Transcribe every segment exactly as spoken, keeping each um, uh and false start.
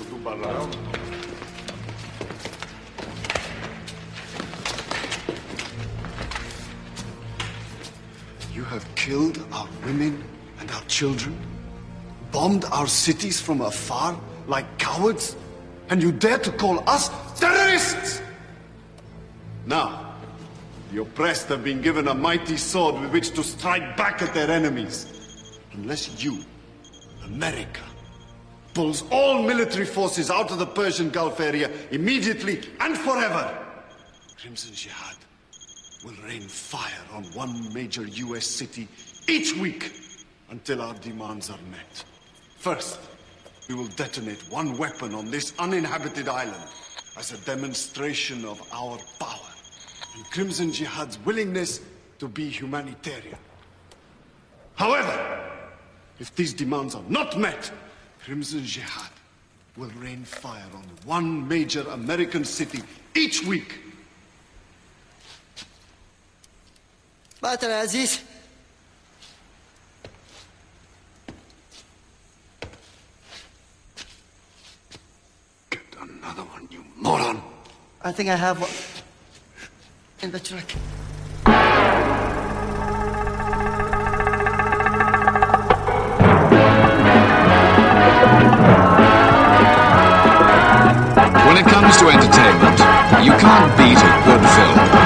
You have killed our women and our children, bombed our cities from afar like cowards, and you dare to call us terrorists! Now, the oppressed have been given a mighty sword with which to strike back at their enemies. Unless you, America, pulls all military forces out of the Persian Gulf area immediately and forever, Crimson Jihad will rain fire on one major U S city each week until our demands are met. First, we will detonate one weapon on this uninhabited island as a demonstration of our power and Crimson Jihad's willingness to be humanitarian. However, if these demands are not met, Crimson Jihad will rain fire on one major American city each week. Bater Aziz. Get another one, you moron. I think I have one in the truck. When it comes to entertainment, you can't beat a good film.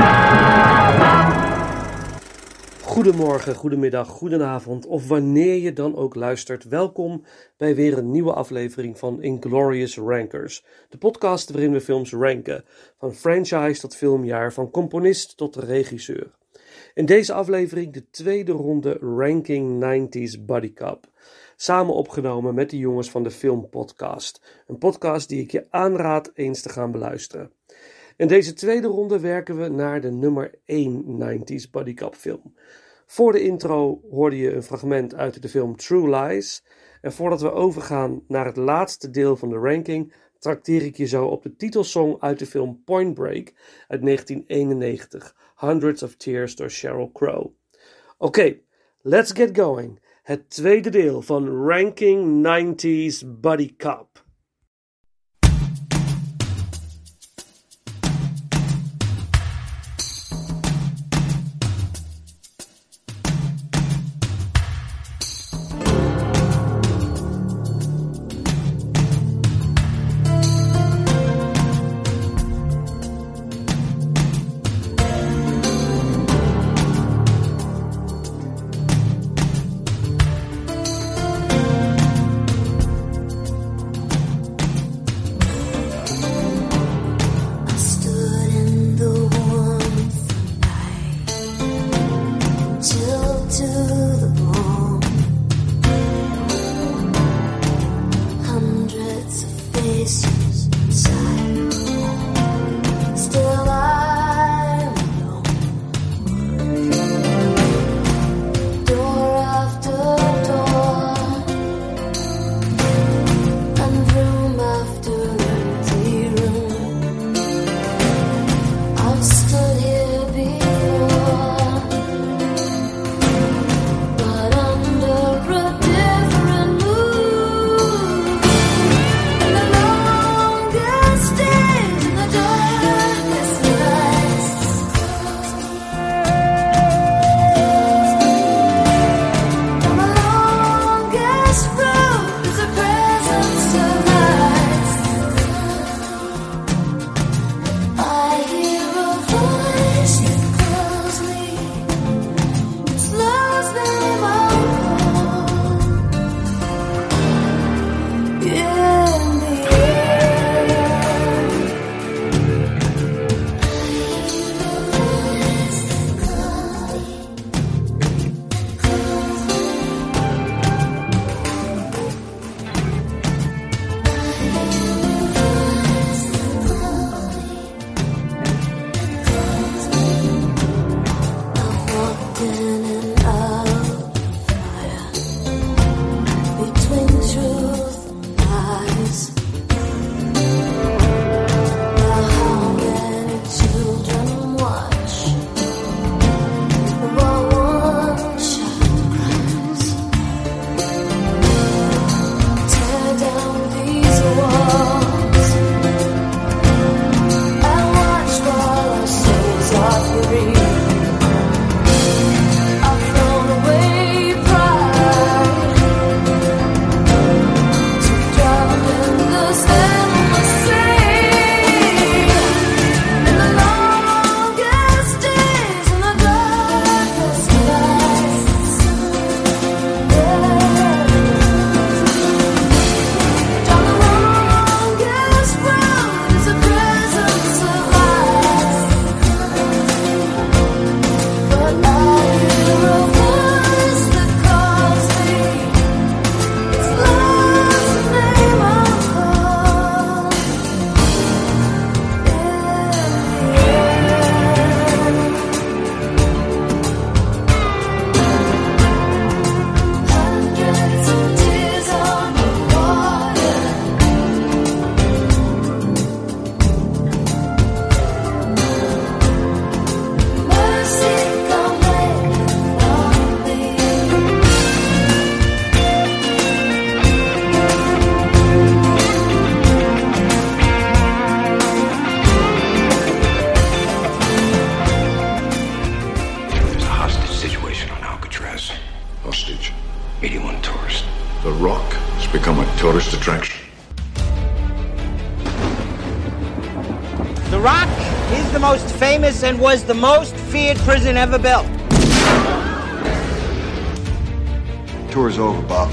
Goedemorgen, goedemiddag, goedenavond of wanneer je dan ook luistert. Welkom bij weer een nieuwe aflevering van Inglorious Rankers. De podcast waarin we films ranken. Van franchise tot filmjaar, van componist tot regisseur. In deze aflevering de tweede ronde Ranking nineties Buddy Cop. Samen opgenomen met de jongens van de Film Podcast. Een podcast die ik je aanraad eens te gaan beluisteren. In deze tweede ronde werken we naar de nummer één nineties Buddy Cop film. Voor de intro hoorde je een fragment uit de film True Lies. En voordat we overgaan naar het laatste deel van de ranking, trakteer ik je zo op de titelsong uit de film Point Break uit negentien eenennegentig. Hundreds of Tears door Sheryl Crow. Oké, okay, let's get going. Het tweede deel van Ranking nineties Buddy Cop. These walls tourist attraction. The Rock is the most famous and was the most feared prison ever built. Tour is over, Bob.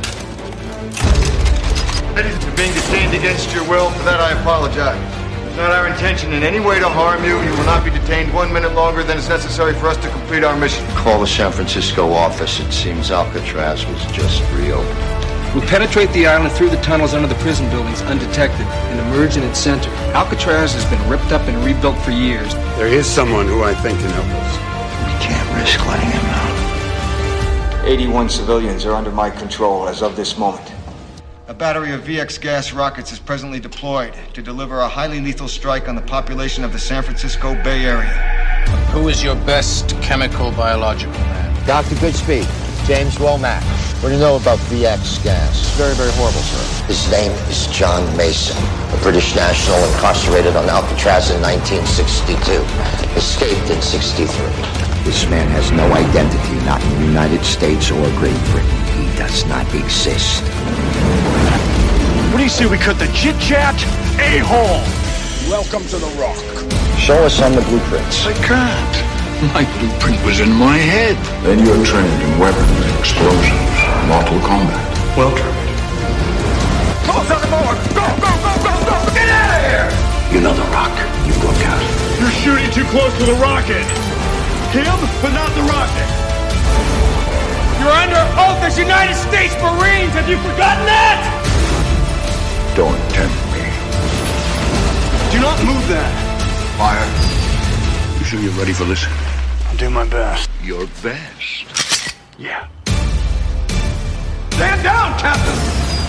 You're being detained against your will. For that, I apologize. It's not our intention in any way to harm you. You will not be detained one minute longer than is necessary for us to complete our mission. Call the San Francisco office. It seems Alcatraz was just reopened. We'll penetrate the island through the tunnels under the prison buildings undetected and emerge in its center. Alcatraz has been ripped up and rebuilt for years. There is someone who I think can help us. We can't risk letting him out. eighty-one civilians are under my control as of this moment. A battery of V X gas rockets is presently deployed to deliver a highly lethal strike on the population of the San Francisco Bay Area. Who is your best chemical biological man? Doctor Goodspeed, James Womack. What do you know about V X gas? Very, very horrible, sir. His name is John Mason, a British national incarcerated on Alcatraz in nineteen sixty-two. Escaped in sixty-three. This man has no identity, not in the United States or Great Britain. He does not exist. What do you say we cut the chit-chat? A-hole! Welcome to the Rock. Show us on the blueprints. I can't. My blueprint was in my head. Then you're trained in weapons, explosions, mortal combat. Well trained. Close on the board! Go, go, go, go, go! Get out of here! You know the Rock. You look out. You're shooting too close to the rocket. Him, but not the rocket. You're under oath as United States Marines. Have you forgotten that? Don't tempt me. Do not move that. Fire. You sure you're ready for this? I'll do my best. Your best? Yeah. Stand down, Captain!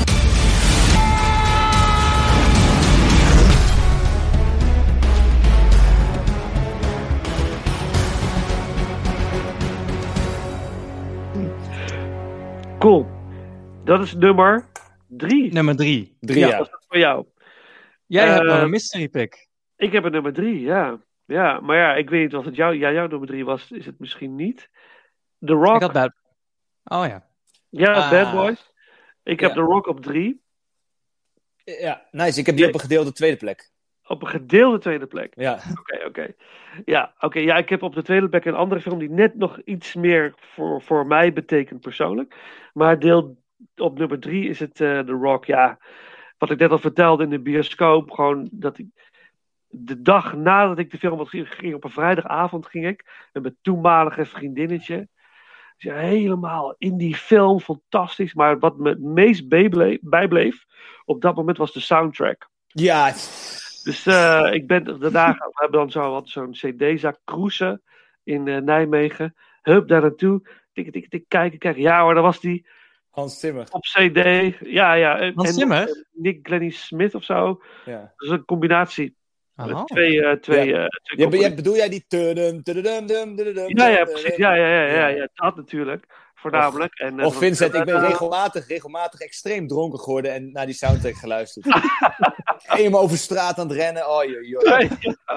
Cool. Dat is nummer drie. Nummer drie. Drie, ja. ja. Dat is voor jou. Jij Uh, hebt nog een mystery pick. Ik heb een nummer drie, ja. Ja, maar ja, ik weet niet of het jou, ja, jouw nummer drie was. Is het misschien niet? The Rock. Ik had bad... Oh ja. Ja, Ah. Bad Boys. Ik heb Ja. The Rock op drie. Ja, nice. Ik heb die op een gedeelde tweede plek. Op een gedeelde tweede plek. Ja. Oké, oké. Ja, oké. Ja, ik heb op de tweede plek een andere film die net nog iets meer voor, voor mij betekent persoonlijk. Maar deel op nummer drie is het uh, The Rock. Ja, wat ik net al vertelde in de bioscoop. Gewoon dat ik de dag nadat ik de film had gezien, ging op een vrijdagavond ging ik met mijn toenmalige vriendinnetje. Dus ja, helemaal in die film, fantastisch. Maar wat me het meest bijbleef, bijbleef op dat moment was de soundtrack. Ja. Dus uh, ik ben daarna, we hebben dan zo, wat, zo'n cd-zak cruisen in uh, Nijmegen. Hup, daar naartoe. Tik, tik, tik, kijken, kijken. Ja hoor, daar was die. Hans Zimmer. Op cd. Ja, ja. Hans en, Zimmer? en Nick Glennie Smith of zo. Ja. Dus een combinatie. Oh. Met twee, uh, twee, Ja. uh, twee Ja, be- componenten. ja, bedoel jij die... tudum, tudum, dum, dum, dum, Ja, ja, dum, precies. dum. Ja, ja, ja, ja, Ja. ja. Dat natuurlijk. Voornamelijk. En, uh, Of Vincent, ik ben uh, regelmatig, regelmatig extreem dronken geworden en naar die soundtrack geluisterd. Eenmaal over straat aan het rennen. Oh, joh, joh.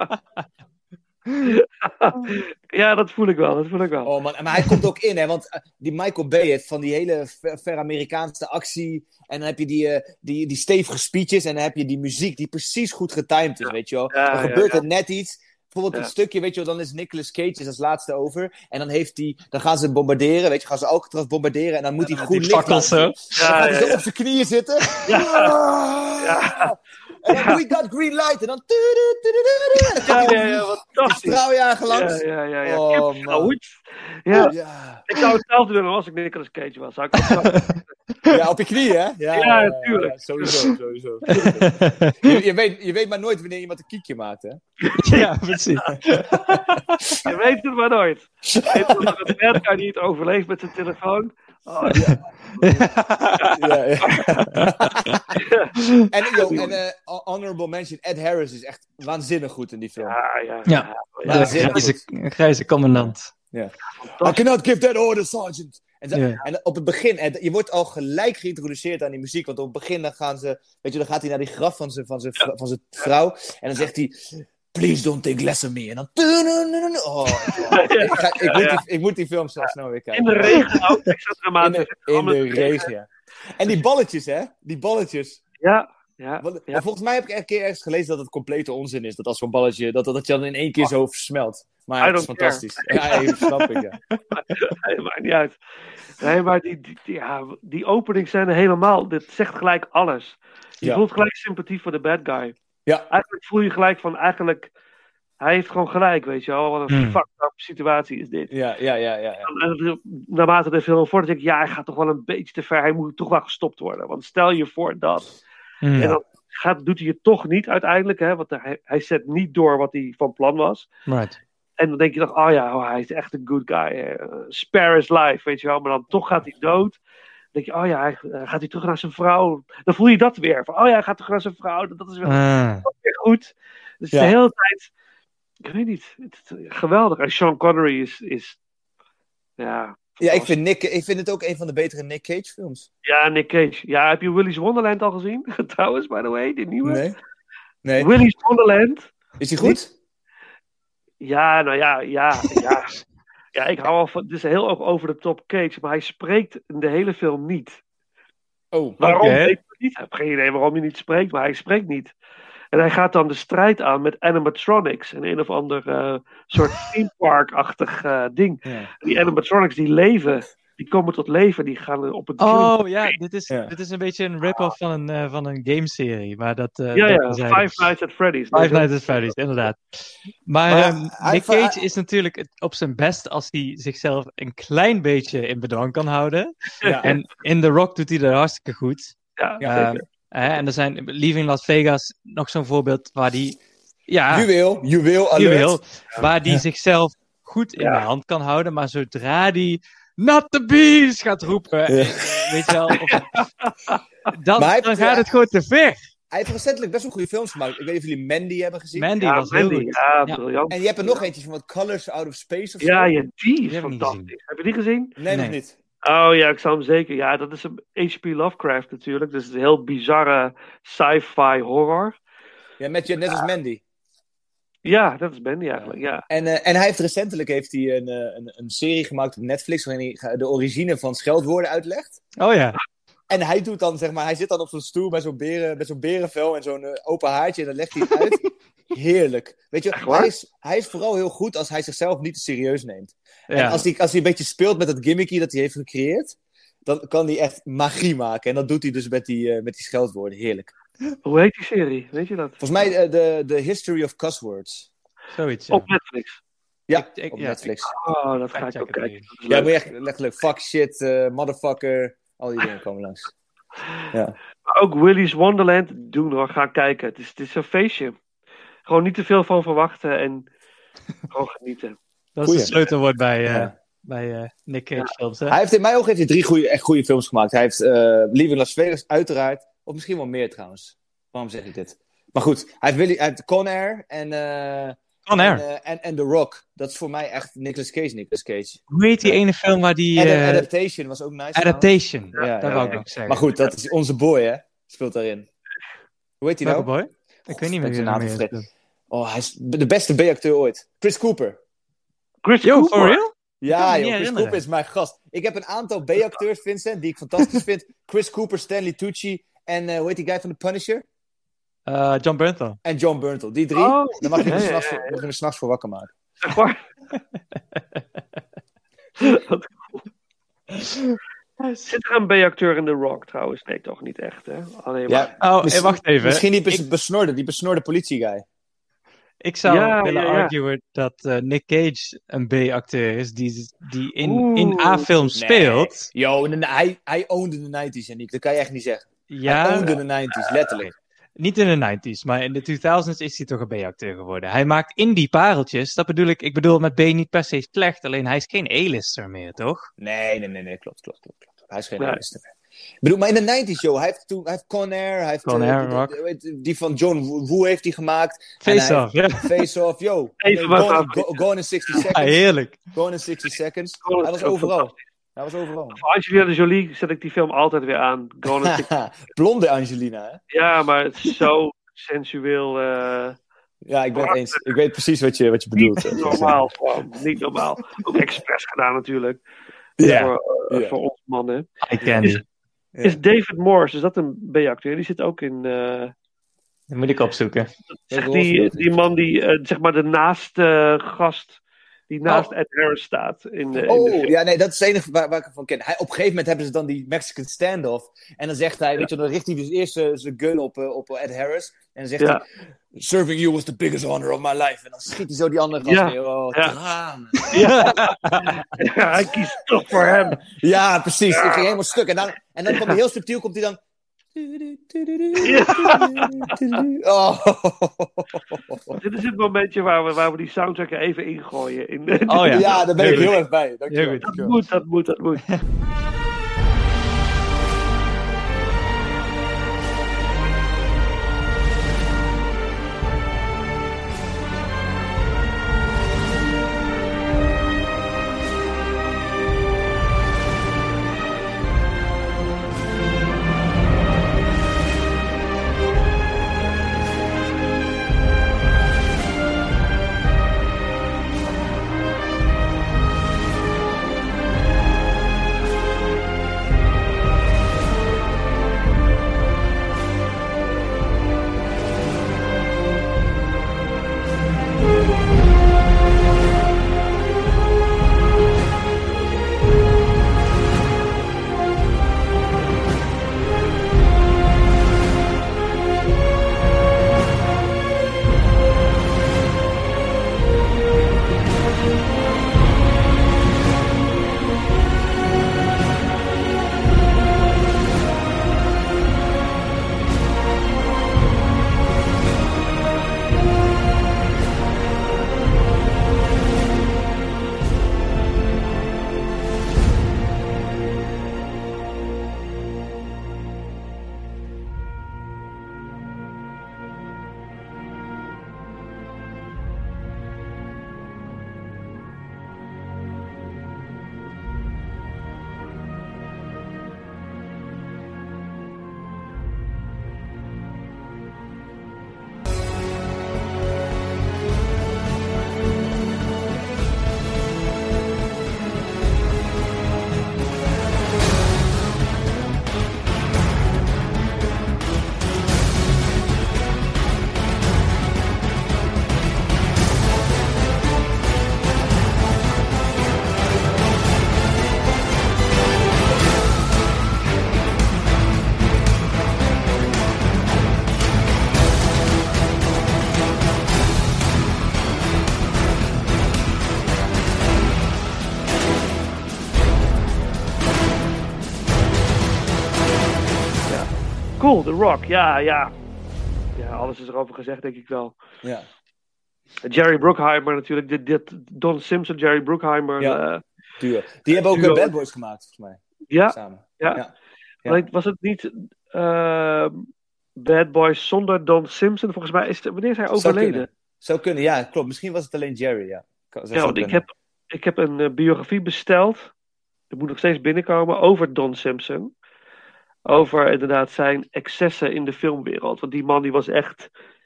Ja, dat voel ik wel. Dat voel ik wel. Oh man, maar hij komt ook in, hè, want uh, die Michael Bay heeft van die hele ver, ver Amerikaanse actie. En dan heb je die, uh, die, die stevige speeches en dan heb je die muziek die precies goed getimed is, weet je wel. Ja, dan ja, gebeurt ja. er net iets. Bijvoorbeeld Ja. een stukje, weet je wel, dan is Nicolas Cage is als laatste over. En dan, heeft die, dan gaan ze bombarderen, weet je, gaan ze Alcatraz bombarderen. En dan moet hij Ja, goed die licht fakkels laten zien. zo. Dan Ja, gaat hij ja, zo ja. op zijn knieën zitten. Ja. Ah! Ja. En dan, we got green light. En dan... En dan Ja, komt ja, hij ja, fantastisch. straaljager langs. Ja, ja, ja. ja. Oh, Kippenvel, man. goed. Ja. Ja. Ik zou hetzelfde doen als ik Nicolas Cage was. Zou ik ook zo- Ja, op je knieën, hè? Ja, Ja, tuurlijk. ja, sowieso, sowieso. je, je, weet, je weet maar nooit wanneer iemand een kiekje maakt, hè? Ja, precies. Je weet het maar nooit. Je weet wel dat het net kan niet overleeft met zijn telefoon. Oh, ja. Ja, ja. En, yo, en uh, honorable mention, Ed Harris is echt waanzinnig goed in die film. Ja, ja. Ja. Ja, De zeer grijze, grijze commandant. Ja. I cannot give that order, sergeant. En, ze- Ja. en op het begin, en je wordt al gelijk geïntroduceerd aan die muziek. Want op het begin dan gaan ze, weet je, dan gaat hij naar die graf van zijn, van zijn, vrou- van zijn vrouw. En dan zegt hij, Please don't take less of me. En dan... Oh, oh. ik, ga, ik, moet die, ik moet die film zo snel weer kijken. In de regen ook. Ik zat er maar in de, in de regen, ja. En die balletjes, hè? Die balletjes. Ja. Ja, Want, ja. Volgens mij heb ik een keer ergens gelezen dat het complete onzin is. Dat als zo'n balletje, dat, dat je dan in één keer zo versmelt. Maar het is fantastisch. Ja, ja, snap ik, ja. Nee, maakt niet uit. Nee, maar die, die, die, ja, die openingsscène helemaal, dit zegt gelijk alles. Je Ja. voelt gelijk sympathie voor de bad guy. Ja. Eigenlijk voel je gelijk van, eigenlijk, hij heeft gewoon gelijk, weet je wel. Wat een Hmm. fucked up situatie is dit. Ja, ja, ja, ja. ja. En naarmate de film voordat denk ik, ja, hij gaat toch wel een beetje te ver. Hij moet toch wel gestopt worden. Want stel je voor dat. Mm. En dan gaat, doet hij het toch niet uiteindelijk, hè? Want hij, hij zet niet door wat hij van plan was. Right. En dan denk je toch, oh ja, oh, hij is echt een good guy. Uh, spare his life, weet je wel. Maar dan toch gaat hij dood. Dan denk je, oh ja, hij, uh, gaat hij terug naar zijn vrouw. Dan voel je dat weer. Van, oh ja, hij gaat terug naar zijn vrouw. Dat is wel Ah. dat is weer goed. Dus Ja. de hele tijd, ik weet niet, het is geweldig. En Sean Connery is, is ja... Ja, ik vind, Nick, ik vind het ook een van de betere Nick Cage films. Ja, Nick Cage. Ja, heb je Willy's Wonderland al gezien? Trouwens, by the way, die nieuwe. Nee. Nee. Willy's Wonderland. Is die goed? Ja, nou ja, ja, ja. Ja, ik hou al van... Het is heel ook over de top Cage, maar hij spreekt in de hele film niet. Oh, Waarom? oké. Weet ik niet. Ik heb geen idee waarom hij niet spreekt, maar hij spreekt niet. En hij gaat dan de strijd aan met animatronics. En een of ander uh, soort theme park-achtig uh, ding. Ja. Die animatronics die leven, die komen tot leven, die gaan op het... Oh ja, dit is, Ja. dit is een beetje een rip-off van een, uh, van een gameserie. Maar dat, uh, Ja, dat ja, terzijde. Five Nights at Freddy's. Five Nights at Freddy's, inderdaad. Maar, Maar um, hij- Nick hij- Cage is natuurlijk het- op zijn best als hij zichzelf een klein beetje in bedwang kan houden. Ja. En in The Rock doet hij dat hartstikke goed. Ja, Ja. Um, hè, en er zijn Leaving Las Vegas nog zo'n voorbeeld waar die... Ja, Juweel, juweel, alert. juweel, waar die zichzelf goed in Ja. de hand kan houden, maar zodra die Not the Bees gaat roepen, Ja. eh, weet je wel, of, dan, Maar hij dan heeft- gaat het gewoon te ver. Hij heeft recentelijk best wel goede films gemaakt. Ik weet niet of jullie Mandy hebben gezien. Mandy Ja, was heel Mandy, goed. ja, Ja. briljant. En je hebt er nog eentje van wat Colors Out of Space of zo. Ja, ja, die is heb ik niet fantastisch. Heb je die gezien? Nee, nog Nee. niet. Oh ja, ik zou hem zeker. Ja, dat is een H P Lovecraft natuurlijk. Dus het is een heel bizarre sci-fi horror. Ja, met je, net als Mandy. Ja, dat is Bendy eigenlijk, ja. En, uh, en hij heeft recentelijk heeft hij een, uh, een, een serie gemaakt op Netflix waarin hij de origine van scheldwoorden uitlegt. Oh ja. En hij doet dan, zeg maar, hij zit dan op zo'n stoel bij zo'n beren, met zo'n berenvel en zo'n uh, open haartje en dan legt hij het uit. Heerlijk. Weet je, Echt waar? hij is, hij is vooral heel goed als hij zichzelf niet te serieus neemt. En ja. als hij, als hij een beetje speelt met dat gimmicky dat hij heeft gecreëerd, dan kan hij echt magie maken. En dat doet hij dus met die, uh, met die scheldwoorden. Heerlijk. Hoe heet die serie? Weet je dat? Volgens mij uh, de The History of Cuss Words. Zoiets. Ja. Op Netflix. Ja, Ik- ik- op ja, Netflix. Oh, dat ga ik checken ook kijken. even. Dat is Ja, leuk. moet je echt letterlijk fuck, shit, uh, motherfucker. Al die dingen komen langs. Ja. Maar ook Willy's Wonderland, doen hoor, ga kijken. Het is, het is een feestje. Gewoon niet te veel van verwachten en gewoon genieten. Dat is Goeie. het sleutelwoord bij, uh, Ja. bij uh, Nick Cage films. Hè? Hij heeft in mijn ogen heeft hij drie goede, echt goede films gemaakt. Hij heeft uh, Leaving Las Vegas, uiteraard. Of misschien wel meer trouwens. Waarom zeg ik dit? Maar goed, hij heeft, Willy, hij heeft Con Air en, uh, Con Air. en, uh, en, en The Rock. Dat is voor mij echt Nicolas Cage, Nicolas Cage. Hoe heet die ene film waar die... Ad- uh, Adaptation was ook nice. Adaptation, trouwens. Ja, dat ja, wou ja. ik nog zeggen. Maar goed, dat is onze boy, hè? Speelt daarin. Hoe heet hij Welke nou? boy? Ik weet niet meer ben wie zijn er naam meer vergeten. is. Oh, hij is de beste B-acteur ooit. Chris Cooper. Chris Yo, Cooper. for real? Ja, me joh, niet Chris herinneren. Cooper is mijn gast. Ik heb een aantal B-acteurs, Vincent, die ik fantastisch vind. Chris Cooper, Stanley Tucci en uh, hoe heet die guy van The Punisher? Uh, John Bernthal. En John Bernthal. Die drie, Oh, daar mag je ja, me ja, s'nachts ja, voor, ja. mag je me 's nachts voor wakker maken. Echt waar? Zit er een B-acteur in The Rock trouwens? Nee, toch niet echt, hè? Alleen maar... Ja, Oh, mis- hey, wacht even. Misschien die bes- Ik- besnorde, die besnorde politieguy. Ik zou Ja, willen ja, ja. arguen dat uh, Nick Cage een B-acteur is die, die in, Oeh. in A-film speelt. Nee. Yo, de- hij, hij ownde de negentig, Yannick. Dat kan je echt niet zeggen. Ja, Hij ownde de negentig, letterlijk. niet in de negentig, maar in de tweeduizend is hij toch een B-acteur geworden. Hij maakt indie pareltjes, dat bedoel ik. Ik bedoel met B niet per se slecht, alleen hij is geen A-lister meer, toch? Nee, nee, nee, nee, klopt, klopt, klopt. klopt. Hij is geen Nee. artist meer. Ik bedoel, maar in de negentig, joh. Hij heeft, toen, hij heeft Con Air, hij heeft... Con eh, Air, die- Rock. die, die- die van John Woo Woo heeft hij gemaakt. En hij Face Off, ja. heeft- Face Off, yo. Even Go- wat go- af. go- Gone in sixty Ja, seconds. heerlijk. Gone in sixty seconds. Gone Hij is was ook overal. Hij was overal. Voor Angelina Jolie zet ik die film altijd weer aan. Gone in Six- Blonde Angelina, hè? Ja, maar het is zo sensueel. eh Ja, ik ben het eens. Ik weet precies wat je, wat je bedoelt. Niet normaal, gewoon. Niet normaal. Ook expres gedaan natuurlijk. Ja. Voor, uh, ja. voor ons mannen. Is, is David Morse, is dat een B-acteur? Die zit ook in... Uh, dat moet ik opzoeken. Zeg die, die man die, uh, zeg maar, de naaste uh, gast... Die naast oh. Ed Harris staat. In de, oh, in de film. ja, nee, dat is het enige waar, waar ik van ken. Hij, op een gegeven moment hebben ze dan die Mexican standoff. En dan zegt hij, ja. weet je, dan richt hij dus eerst uh, zijn gun op, uh, op Ed Harris. En dan zegt ja. hij, serving you was the biggest honor of my life. En dan schiet hij zo die andere gast ja. neer. Oh, ja. tranen. Ja. ja, hij kiest toch voor hem. Ja, precies. Ja. Ik ging helemaal stuk. En dan, en dan komt hij heel subtiel, komt hij dan... Ja. Oh. Dit is het momentje waar we, waar we die soundtrack er even ingooien. In de, oh ja, ja daar ben ik heel erg bij. Dankjewel. Dat moet, dat moet, dat moet. Cool, The Rock, ja, ja. Ja, alles is erover gezegd, denk ik wel. Ja. Jerry Bruckheimer natuurlijk, dit, dit, Don Simpson, Jerry Bruckheimer. Ja, uh, duo. Die hebben ook duo. Bad Boys gemaakt, volgens mij. Ja, samen. Ja. ja. ja. Was het niet uh, Bad Boys zonder Don Simpson? Volgens mij is het, wanneer is hij overleden? Zou kunnen, Zou kunnen ja, klopt. Misschien was het alleen Jerry, ja. Ja, want ik heb, ik heb een uh, biografie besteld. Er moet nog steeds binnenkomen over Don Simpson. Over inderdaad zijn excessen in de filmwereld. Want die man die was echt...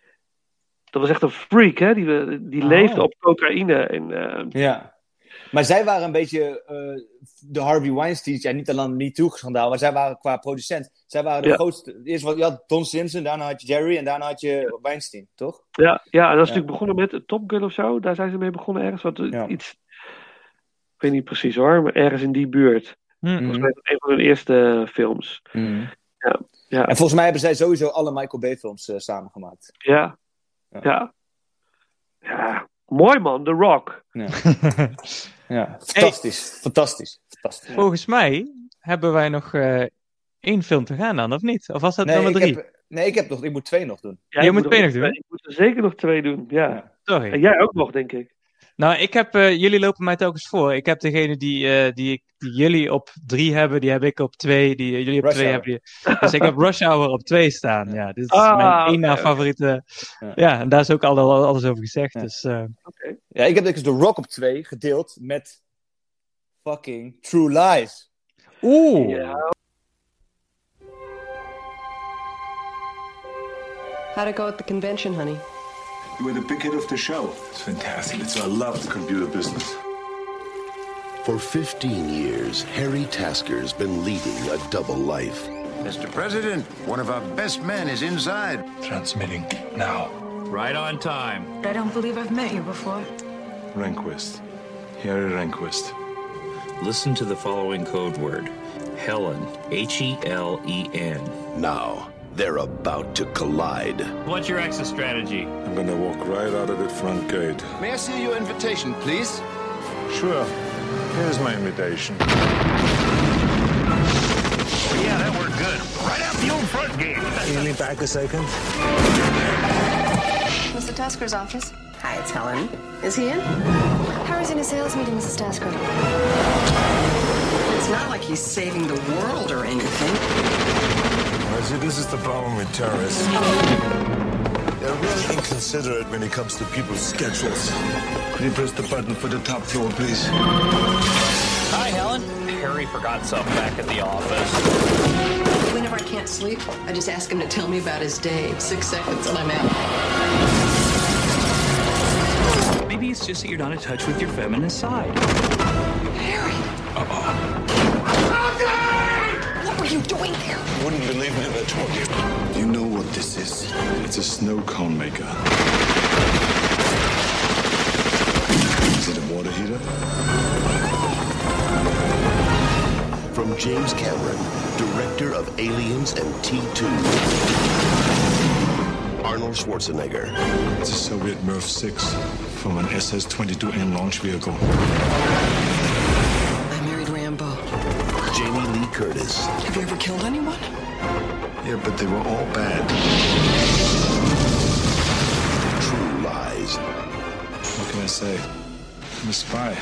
Dat was echt een freak, hè? Die, die oh. leefde op cocaïne. En, uh... Ja. Maar zij waren een beetje uh, de Harvey Weinstein. Ja, niet alleen niet MeToo-schandaal, maar zij waren qua producent. Zij waren de ja. grootste... Eerst was, je had Don Simpson, daarna had je Jerry en daarna had je Weinstein, toch? Ja, ja en dat is ja. natuurlijk begonnen met Top Gun of zo. Daar zijn ze mee begonnen ergens. Wat, ja. iets... Ik weet niet precies hoor, maar ergens in die buurt. Mm-hmm. Volgens mij was het een van hun eerste films. Mm-hmm. Ja, ja. En volgens mij hebben zij sowieso alle Michael Bay films uh, samengemaakt. Ja. Ja. ja. Ja. Mooi man, The Rock. Ja, ja. Fantastisch. Hey. Fantastisch. Fantastisch. Volgens mij hebben wij nog uh, één film te gaan dan, of niet? Of was dat nee, nummer drie? Heb, nee, ik, heb nog, ik moet twee nog doen. Ja, je moet moet twee nog doen? Ik moet er zeker nog twee doen, ja. ja. Sorry. En jij ook nog, denk ik. Nou, ik heb, uh, jullie lopen mij telkens voor. Ik heb degene die, uh, die, die jullie op drie hebben, die heb ik op twee. Die jullie op Rush twee Hour. hebben. Dus ik heb Rush Hour op twee staan. Ja, dit is ah, mijn één na okay. favoriete. Ja. ja, en daar is ook al, alles over gezegd. Ja. Dus, uh... okay. Ja, ik heb dus The Rock op twee gedeeld met fucking True Lies. Oeh. Ja. How'd it go at the convention, honey? You were the big hit of the show. It's fantastic. It's, I love the computer business. For fifteen years, Harry Tasker's been leading a double life. Mister President, one of our best men is inside. Transmitting now. Right on time. I don't believe I've met you before. Rehnquist. Harry Rehnquist. Listen to the following code word. Helen. H E L E N. Now, they're about to collide. What's your exit strategy? I'm gonna walk right out of that front gate. May I see your invitation, please? Sure. Here's my invitation. Oh, yeah, that worked good. Right out the old front gate. Can you lean back a second? Mister Tasker's office. Hi, it's Helen. Is he in? Harry's in a sales meeting, Missus Tasker. It's not like he's saving the world or anything. I see, this is the problem with terrorists. They're really inconsiderate when it comes to people's schedules. Could you press the button for the top floor, please? Hi, Helen. Harry forgot something back at the office. Whenever I can't sleep, I just ask him to tell me about his day. Six seconds and I'm out. Maybe it's just that you're not in touch with your feminine side. Harry! Uh-oh. What were you doing there? You wouldn't believe me if I told you. Do you know what this is? It's a snow cone maker. Is it a water heater? From James Cameron, director of Aliens and T two, Arnold Schwarzenegger. It's a Soviet M I R V six from an S S twenty-two M launch vehicle. I married Rambo. Jamie Lee Curtis. Have you ever killed anyone? Yeah, but they were all bad. True Lies. What can I say? I'm a spy.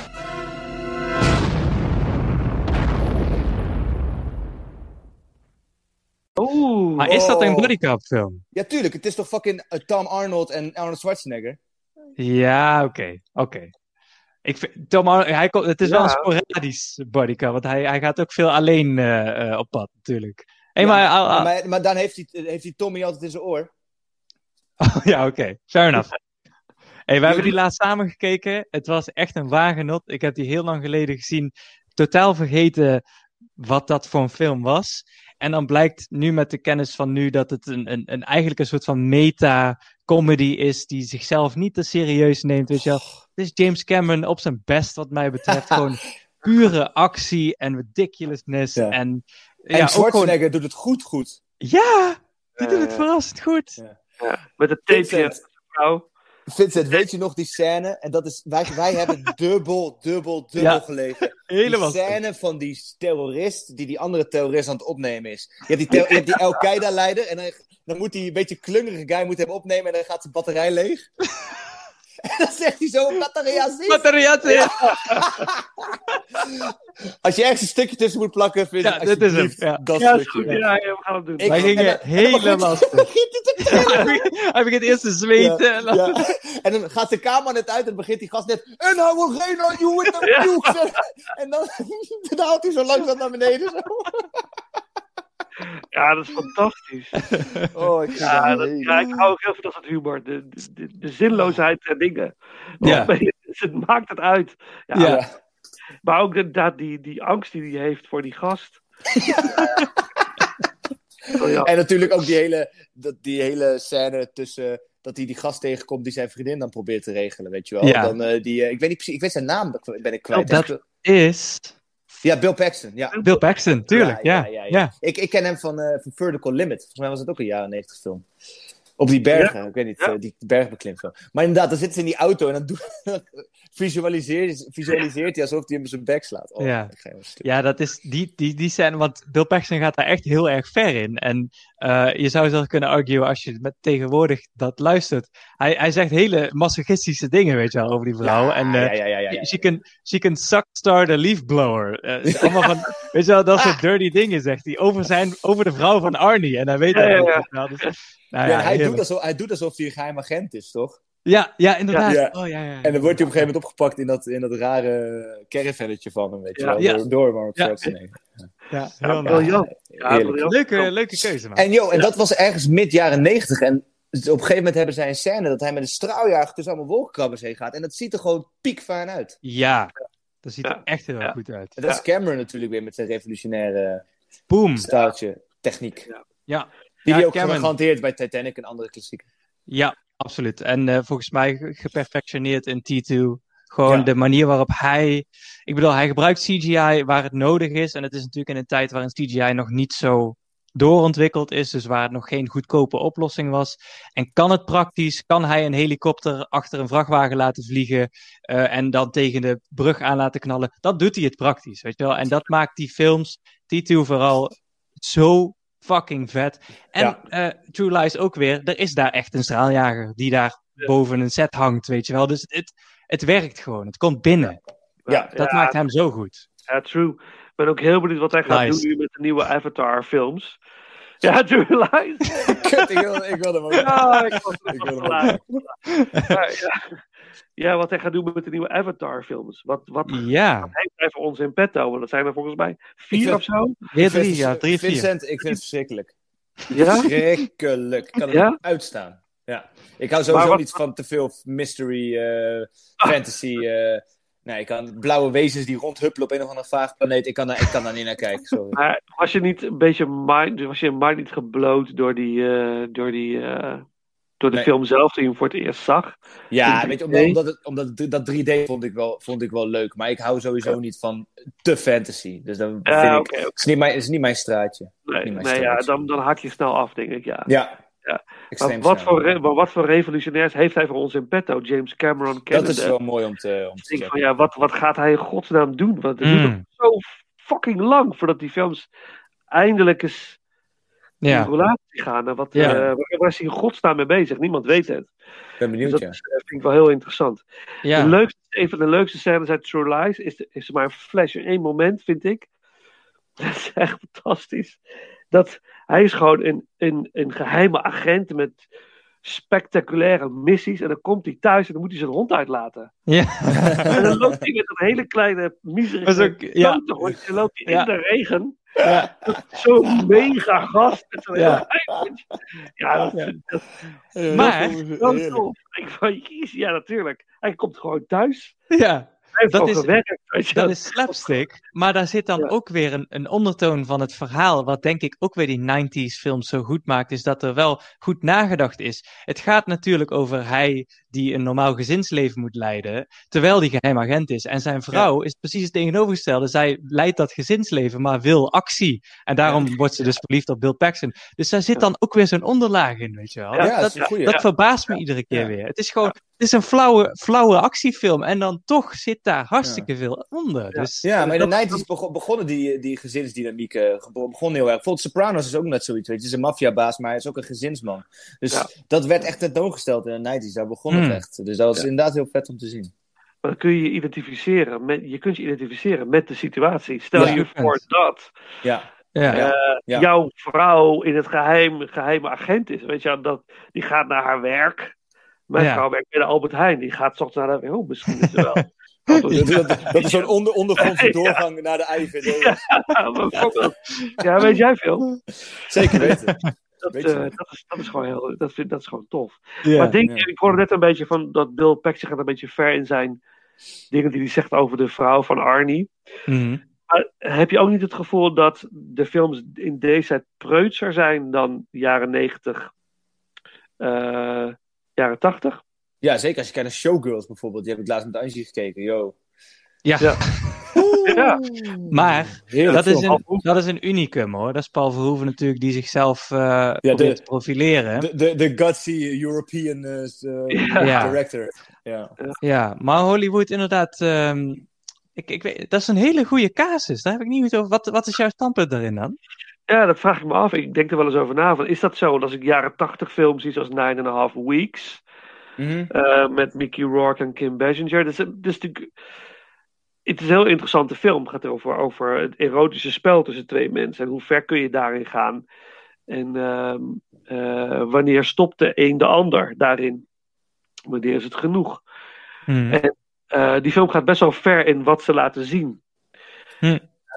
Oeh. Maar is dat een bodycop film? Ja, tuurlijk. Het is toch fucking uh, Tom Arnold en Arnold Schwarzenegger? Ja, oké. Okay, oké. Okay. Ik vind, Tom Arnold, hij komt, het is ja. wel een sporadisch bodycop, want hij, hij gaat ook veel alleen uh, uh, op pad, natuurlijk. Hey, ja, maar, al, al... maar, maar dan heeft hij, heeft hij Tommy altijd in zijn oor. Oh, ja, oké. Okay. Fair enough. Hey, we hebben die laatst samen gekeken. Het was echt een waar genot. Ik heb die heel lang geleden gezien. Totaal vergeten wat dat voor een film was. En dan blijkt nu met de kennis van nu dat het een, een, een eigenlijk een soort van meta-comedy is die zichzelf niet te serieus neemt. Weet je wel. Het is James Cameron op zijn best wat mij betreft. Gewoon pure actie en ridiculousness. Ja. En, en ja, Schwarzenegger gewoon... doet het goed goed. Ja, die uh, doet het verrassend goed. Ja. Ja, met het tapeje en vrouw. Vincent, weet je nog die scène? En dat is, wij, wij hebben dubbel, dubbel, dubbel ja, gelegen. Helemaal. Die scène van die terrorist die die andere terrorist aan het opnemen is. Je hebt die, ter- je hebt die Al-Qaeda-leider en dan, dan moet die een beetje klungerige guy moet hem opnemen en dan gaat zijn batterij leeg. En dan zegt hij zo, batteriazies. Batteriazies. Als je ergens een stukje tussen moet plakken, vind ja, dit is hem. Ja. Dat ja, stukje. Goed, ja, ja, we gaan het doen. Ik, Wij gingen en, helemaal stuk. Hij begint eerst te zweten. Ja, en, ja. en dan gaat zijn kamer net uit en dan begint die gast net... En hij wil geen aan you with the nukes. En dan, dan houdt hij zo langzaam naar beneden. Zo. Ja, dat is fantastisch. Oh, ik, ja, dat, ja, ik hou ook heel veel van dat humor. De, de, de, de zinloosheid en dingen. Ja. Het maakt het uit. Ja, ja. Maar ook inderdaad die, die angst die hij heeft voor die gast. Oh, ja. En natuurlijk ook die hele, dat, die hele scène tussen... dat hij die gast tegenkomt die zijn vriendin dan probeert te regelen, weet je wel. Ja. Dan, uh, die, uh, ik weet niet precies, ik weet zijn naam, ben ik kwijt. Oh, dat is... Ja, Bill Paxton, ja. Bill Paxton, tuurlijk, ja. ja, ja, ja, ja. ja. Ik, ik ken hem van, uh, van Vertical Limit. Volgens mij was het ook een jaren negentig film. Op die bergen, ja. ik weet niet, ja. uh, die bergbeklimfilm. Maar inderdaad, dan zitten ze in die auto en dan doe, visualiseert, visualiseert hij alsof hij hem zijn bek slaat. Oh, ja. ja, dat is die, die, die scène, want Bill Paxton gaat daar echt heel erg ver in. En uh, je zou zelfs kunnen argueren als je met tegenwoordig dat luistert. Hij, hij zegt hele masochistische dingen, weet je wel, over die vrouw. Ja, en uh, ja, ja, ja, ja, ja. She, can, she can suck star the leaf blower. Uh, allemaal van, weet je wel, dat soort dirty dingen zegt hij over, zijn, over de vrouw van Arnie. En hij weet dat ja, ook. Ja, ja. Dus, nou, ja, ja, hij, doet alsof, hij doet alsof hij een geheim agent is, toch? Ja, ja, inderdaad. Ja. Oh, ja, ja, ja. En dan wordt hij op een gegeven moment opgepakt in dat, in dat rare caravannetje van hem, weet je ja. wel. Ja. Door, door Arnold Schwarzenegger. Ja, ja, ja, heel ja, ja, leuke, leuke keuze, man. En joh, en dat was ergens mid jaren negentig. En Dus op een gegeven moment hebben zij een scène dat hij met een straaljager tussen allemaal wolkenkrabbers heen gaat. En dat ziet er gewoon piekfijn uit. Ja, dat ziet er echt heel ja. goed uit. En dat is Cameron natuurlijk weer met zijn revolutionaire Boom. staaltje techniek. Ja. ja. Die ja, hij ook Cameron... gehanteerd bij Titanic en andere klassieken. Ja, absoluut. En uh, volgens mij geperfectioneerd in T twee. Gewoon ja. de manier waarop hij... Ik bedoel, hij gebruikt C G I waar het nodig is. En het is natuurlijk in een tijd waarin C G I nog niet zo doorontwikkeld is. Dus waar het nog geen goedkope oplossing was. En kan het praktisch? Kan hij een helikopter achter een vrachtwagen laten vliegen? Uh, en dan tegen de brug aan laten knallen? Dat doet hij het praktisch, weet je wel. En dat maakt die films, T twee vooral, zo fucking vet. En ja. uh, True Lies ook weer. Er is daar echt een straaljager die daar ja. boven een set hangt, weet je wel. Dus het, het werkt gewoon. Het komt binnen. Ja, dat ja, maakt hem zo goed. Ja, true. Ik ben ook heel benieuwd wat hij gaat Lies. doen nu met de nieuwe Avatar films. Ja, True Lies. Kut, ik wil, ik wil hem ook. Ja, ik was ik wil hem ja, ja. ja, wat hij gaat doen met de nieuwe Avatar films. Wat, wat, ja. wat heeft hij voor ons in petto? Want dat zijn er volgens mij vier vind, of zo. Weer drie, ja, drie, vier. Vincent, ik vind het verschrikkelijk. Ja? Verschrikkelijk. Ik kan het ja? niet uitstaan. Ja. Ik hou sowieso wat, niet van te veel mystery, uh, fantasy. Uh, nee, ik kan blauwe wezens die rondhuppelen op een of andere vaag planeet. Ik kan daar, ik kan daar niet naar kijken. Sorry. Maar was je niet een beetje mind, was je mind niet gebloot door die, uh, door die, uh, door de nee. film zelf toen je hem voor het eerst zag? Ja, weet je, omdat, omdat, het, omdat het, dat drie D vond ik, wel, vond ik wel leuk. Maar ik hou sowieso ja. niet van te fantasy. Dus dan vind ja, ik, okay, okay. Het is niet mijn, het is niet mijn straatje. Nee, niet mijn nee straatje. Ja, dan, dan haak je snel af, denk ik. Ja. Ja. Ja. Maar wat, voor re- maar wat voor revolutionairs heeft hij voor ons in petto? James Cameron kennen. Dat is wel mooi om te, om te denk van, ja, wat, wat gaat hij in godsnaam doen? Want het mm. duurt zo fucking lang voordat die films eindelijk eens ja. in relatie gaan. En wat, ja. uh, waar, waar is hij in godsnaam mee bezig? Niemand weet het. Ik ben benieuwd, dus dat ja. is, uh, vind ik wel heel interessant. Ja. De leukste, een van de leukste scènes uit True Lies is, de, is maar een flash in één moment, vind ik. Dat is echt fantastisch. Dat hij is gewoon een, een, een geheime agent met spectaculaire missies. En dan komt hij thuis en dan moet hij zijn hond uitlaten. Ja. En dan loopt hij met een hele kleine miserige ja. hond. Dan loopt hij ja. in de regen. Ja. Zo'n mega gast. Met zo'n ja. ja, dat, ja. Dat, dat, maar... Dat is tof. Ik van, jeez, ja, natuurlijk. Hij komt gewoon thuis. Ja. Dat is, gewerkt, dat is slapstick, maar daar zit dan ja. ook weer een, een ondertoon van het verhaal, wat denk ik ook weer die negentig films zo goed maakt, is dat er wel goed nagedacht is. Het gaat natuurlijk over hij die een normaal gezinsleven moet leiden, terwijl die geheim agent is. En zijn vrouw ja. is precies het tegenovergestelde. Zij leidt dat gezinsleven, maar wil actie. En daarom ja. wordt ze dus verliefd op Bill Paxton. Dus daar zit dan ook weer zo'n onderlaag in, weet je wel. Ja, dat dat, goeie, dat ja. verbaast me iedere keer ja. weer. Het is gewoon... Het is een flauwe, flauwe actiefilm en dan toch zit daar hartstikke ja. veel onder. Ja, dus, ja maar in de negentig begon, begonnen die, die gezinsdynamiek uh, begon heel erg. Bijvoorbeeld Sopranos is ook net zoiets. Weet je. Het is een maffiabaas, maar hij is ook een gezinsman. Dus ja. dat werd echt tentoongesteld in de negentig. Daar begon het mm. echt. Dus dat was ja. inderdaad heel vet om te zien. Maar dan kun je je identificeren. Met, je kunt je identificeren met de situatie. Stel ja, je voor dat ja. Ja. Uh, ja. jouw vrouw in het geheim geheime agent is. Weet je, dat, die gaat naar haar werk. Mijn ja. vrouw werkt bij de Albert Heijn. Die gaat 's ochtends naar de... Oh, misschien is het wel. dat, dat, dat is zo'n onder, ondergrondse doorgang ja. naar de I V D. Ja, bijvoorbeeld. Ja, weet jij veel? Zeker weten. Dat, uh, dat, is, dat, is gewoon heel, dat, vind, dat is gewoon tof. Ja, maar denk, ja. ik hoorde net een beetje van dat Bill Paxton gaat een beetje ver in zijn dingen die hij zegt over de vrouw van Arnie. Mm-hmm. Maar heb je ook niet het gevoel dat de films in deze tijd preutser zijn dan jaren negentig, uh, jaren tachtig? Ja, zeker. Als je kijkt naar Showgirls bijvoorbeeld. Die heb ik laatst met Angie gekeken. Yo. Ja. ja. ja. Maar dat is, een, dat is een unicum hoor. Dat is Paul Verhoeven natuurlijk die zichzelf uh, ja, probeert te profileren. De, de, de gutsy European uh, ja. director. Ja. ja, maar Hollywood inderdaad... Um, ik, ik weet, dat is een hele goede casus. Daar heb ik niet goed over. Wat, wat is jouw standpunt daarin dan? Ja, dat vraag ik me af. Ik denk er wel eens over na. Van, is dat zo? Want als ik jaren tachtig films zie zoals Nine and a Half Weeks... Mm-hmm. Uh, met Mickey Rourke en Kim Basinger. Dus, dus natuurlijk... Het is een heel interessante film. Het gaat over, over het erotische spel tussen twee mensen. En hoe ver kun je daarin gaan? En uh, uh, wanneer stopt de een de ander daarin? Wanneer is het genoeg? Mm. En uh, die film gaat best wel ver in wat ze laten zien. Mm.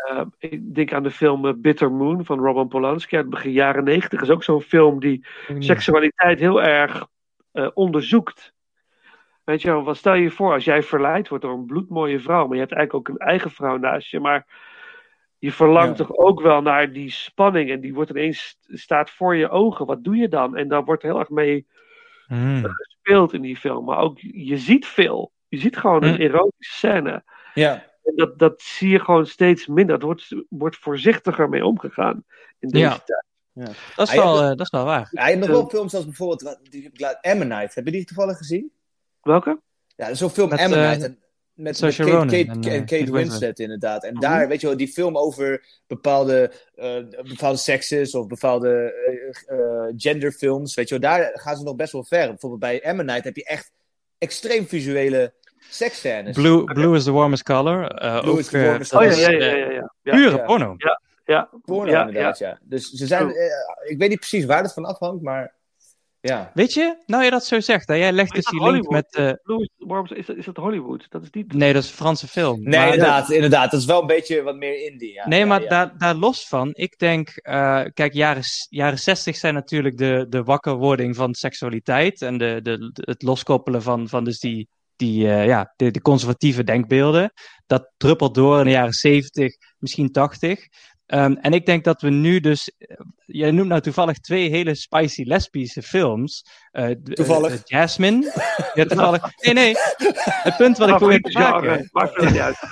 Uh, ik denk aan de film uh, Bitter Moon van Roman Polanski uit begin jaren negentig. is ook zo'n film die mm. seksualiteit heel erg uh, onderzoekt. Weet je wel, wat stel je je voor als jij verleid wordt door een bloedmooie vrouw, maar je hebt eigenlijk ook een eigen vrouw naast je, maar je verlangt ja. toch ook wel naar die spanning en die wordt ineens, staat voor je ogen. Wat doe je dan? En daar wordt heel erg mee mm. gespeeld in die film. Maar ook, je ziet veel. Je ziet gewoon mm. een erotische scène. Ja. En dat, dat zie je gewoon steeds minder. Er wordt, wordt voorzichtiger mee omgegaan in deze ja. tijd. Ja. Dat, is wel, hebt, uh, dat is wel waar. Ja, je hebt nog wel films als bijvoorbeeld Ammonite. Heb je die toevallig gezien? Welke? Ja, zo'n film met, Ammonite. Uh, met, met Kate, Kate, Ronan Kate, en, Kate, uh, Kate Winslet, Winslet inderdaad. En daar, mm-hmm. weet je wel, die film over bepaalde, uh, bepaalde sekses of bepaalde uh, uh, genderfilms, weet je wel, daar gaan ze nog best wel ver. Bijvoorbeeld bij Ammonite heb je echt extreem visuele seksscènes. Blue, blue is the warmest color. Uh, Blue ook, is the warmest uh, color. Oh ja, ja, ja. ja, ja. ja pure ja. porno. Ja, ja. Porno ja, inderdaad, ja. ja. Dus ze zijn, uh, ik weet niet precies waar het van afhangt, maar ja. Weet je, nou je dat zo zegt, hè? Jij legt dus die link met... Uh... Blue, waarom is dat, is dat Hollywood? Dat is niet... Nee, dat is een Franse film. Nee, maar, inderdaad, inderdaad. Dat is wel een beetje wat meer indie. Ja. Nee, ja, maar ja. Daar, daar los van, ik denk... Uh, kijk, jaren, jaren zestig zijn natuurlijk de, de wakkerwording van seksualiteit en de, de, de, het loskoppelen van, van dus die, die, uh, ja, de, de conservatieve denkbeelden. Dat druppelt door in de jaren zeventig, misschien tachtig. Um, en ik denk dat we nu dus... Jij noemt nou toevallig twee hele spicy lesbische films. Uh, toevallig. Uh, Jasmine. Ja, toevallig. Nee, nee. Het punt wat ik probeer te maken... Maakt er niet uit.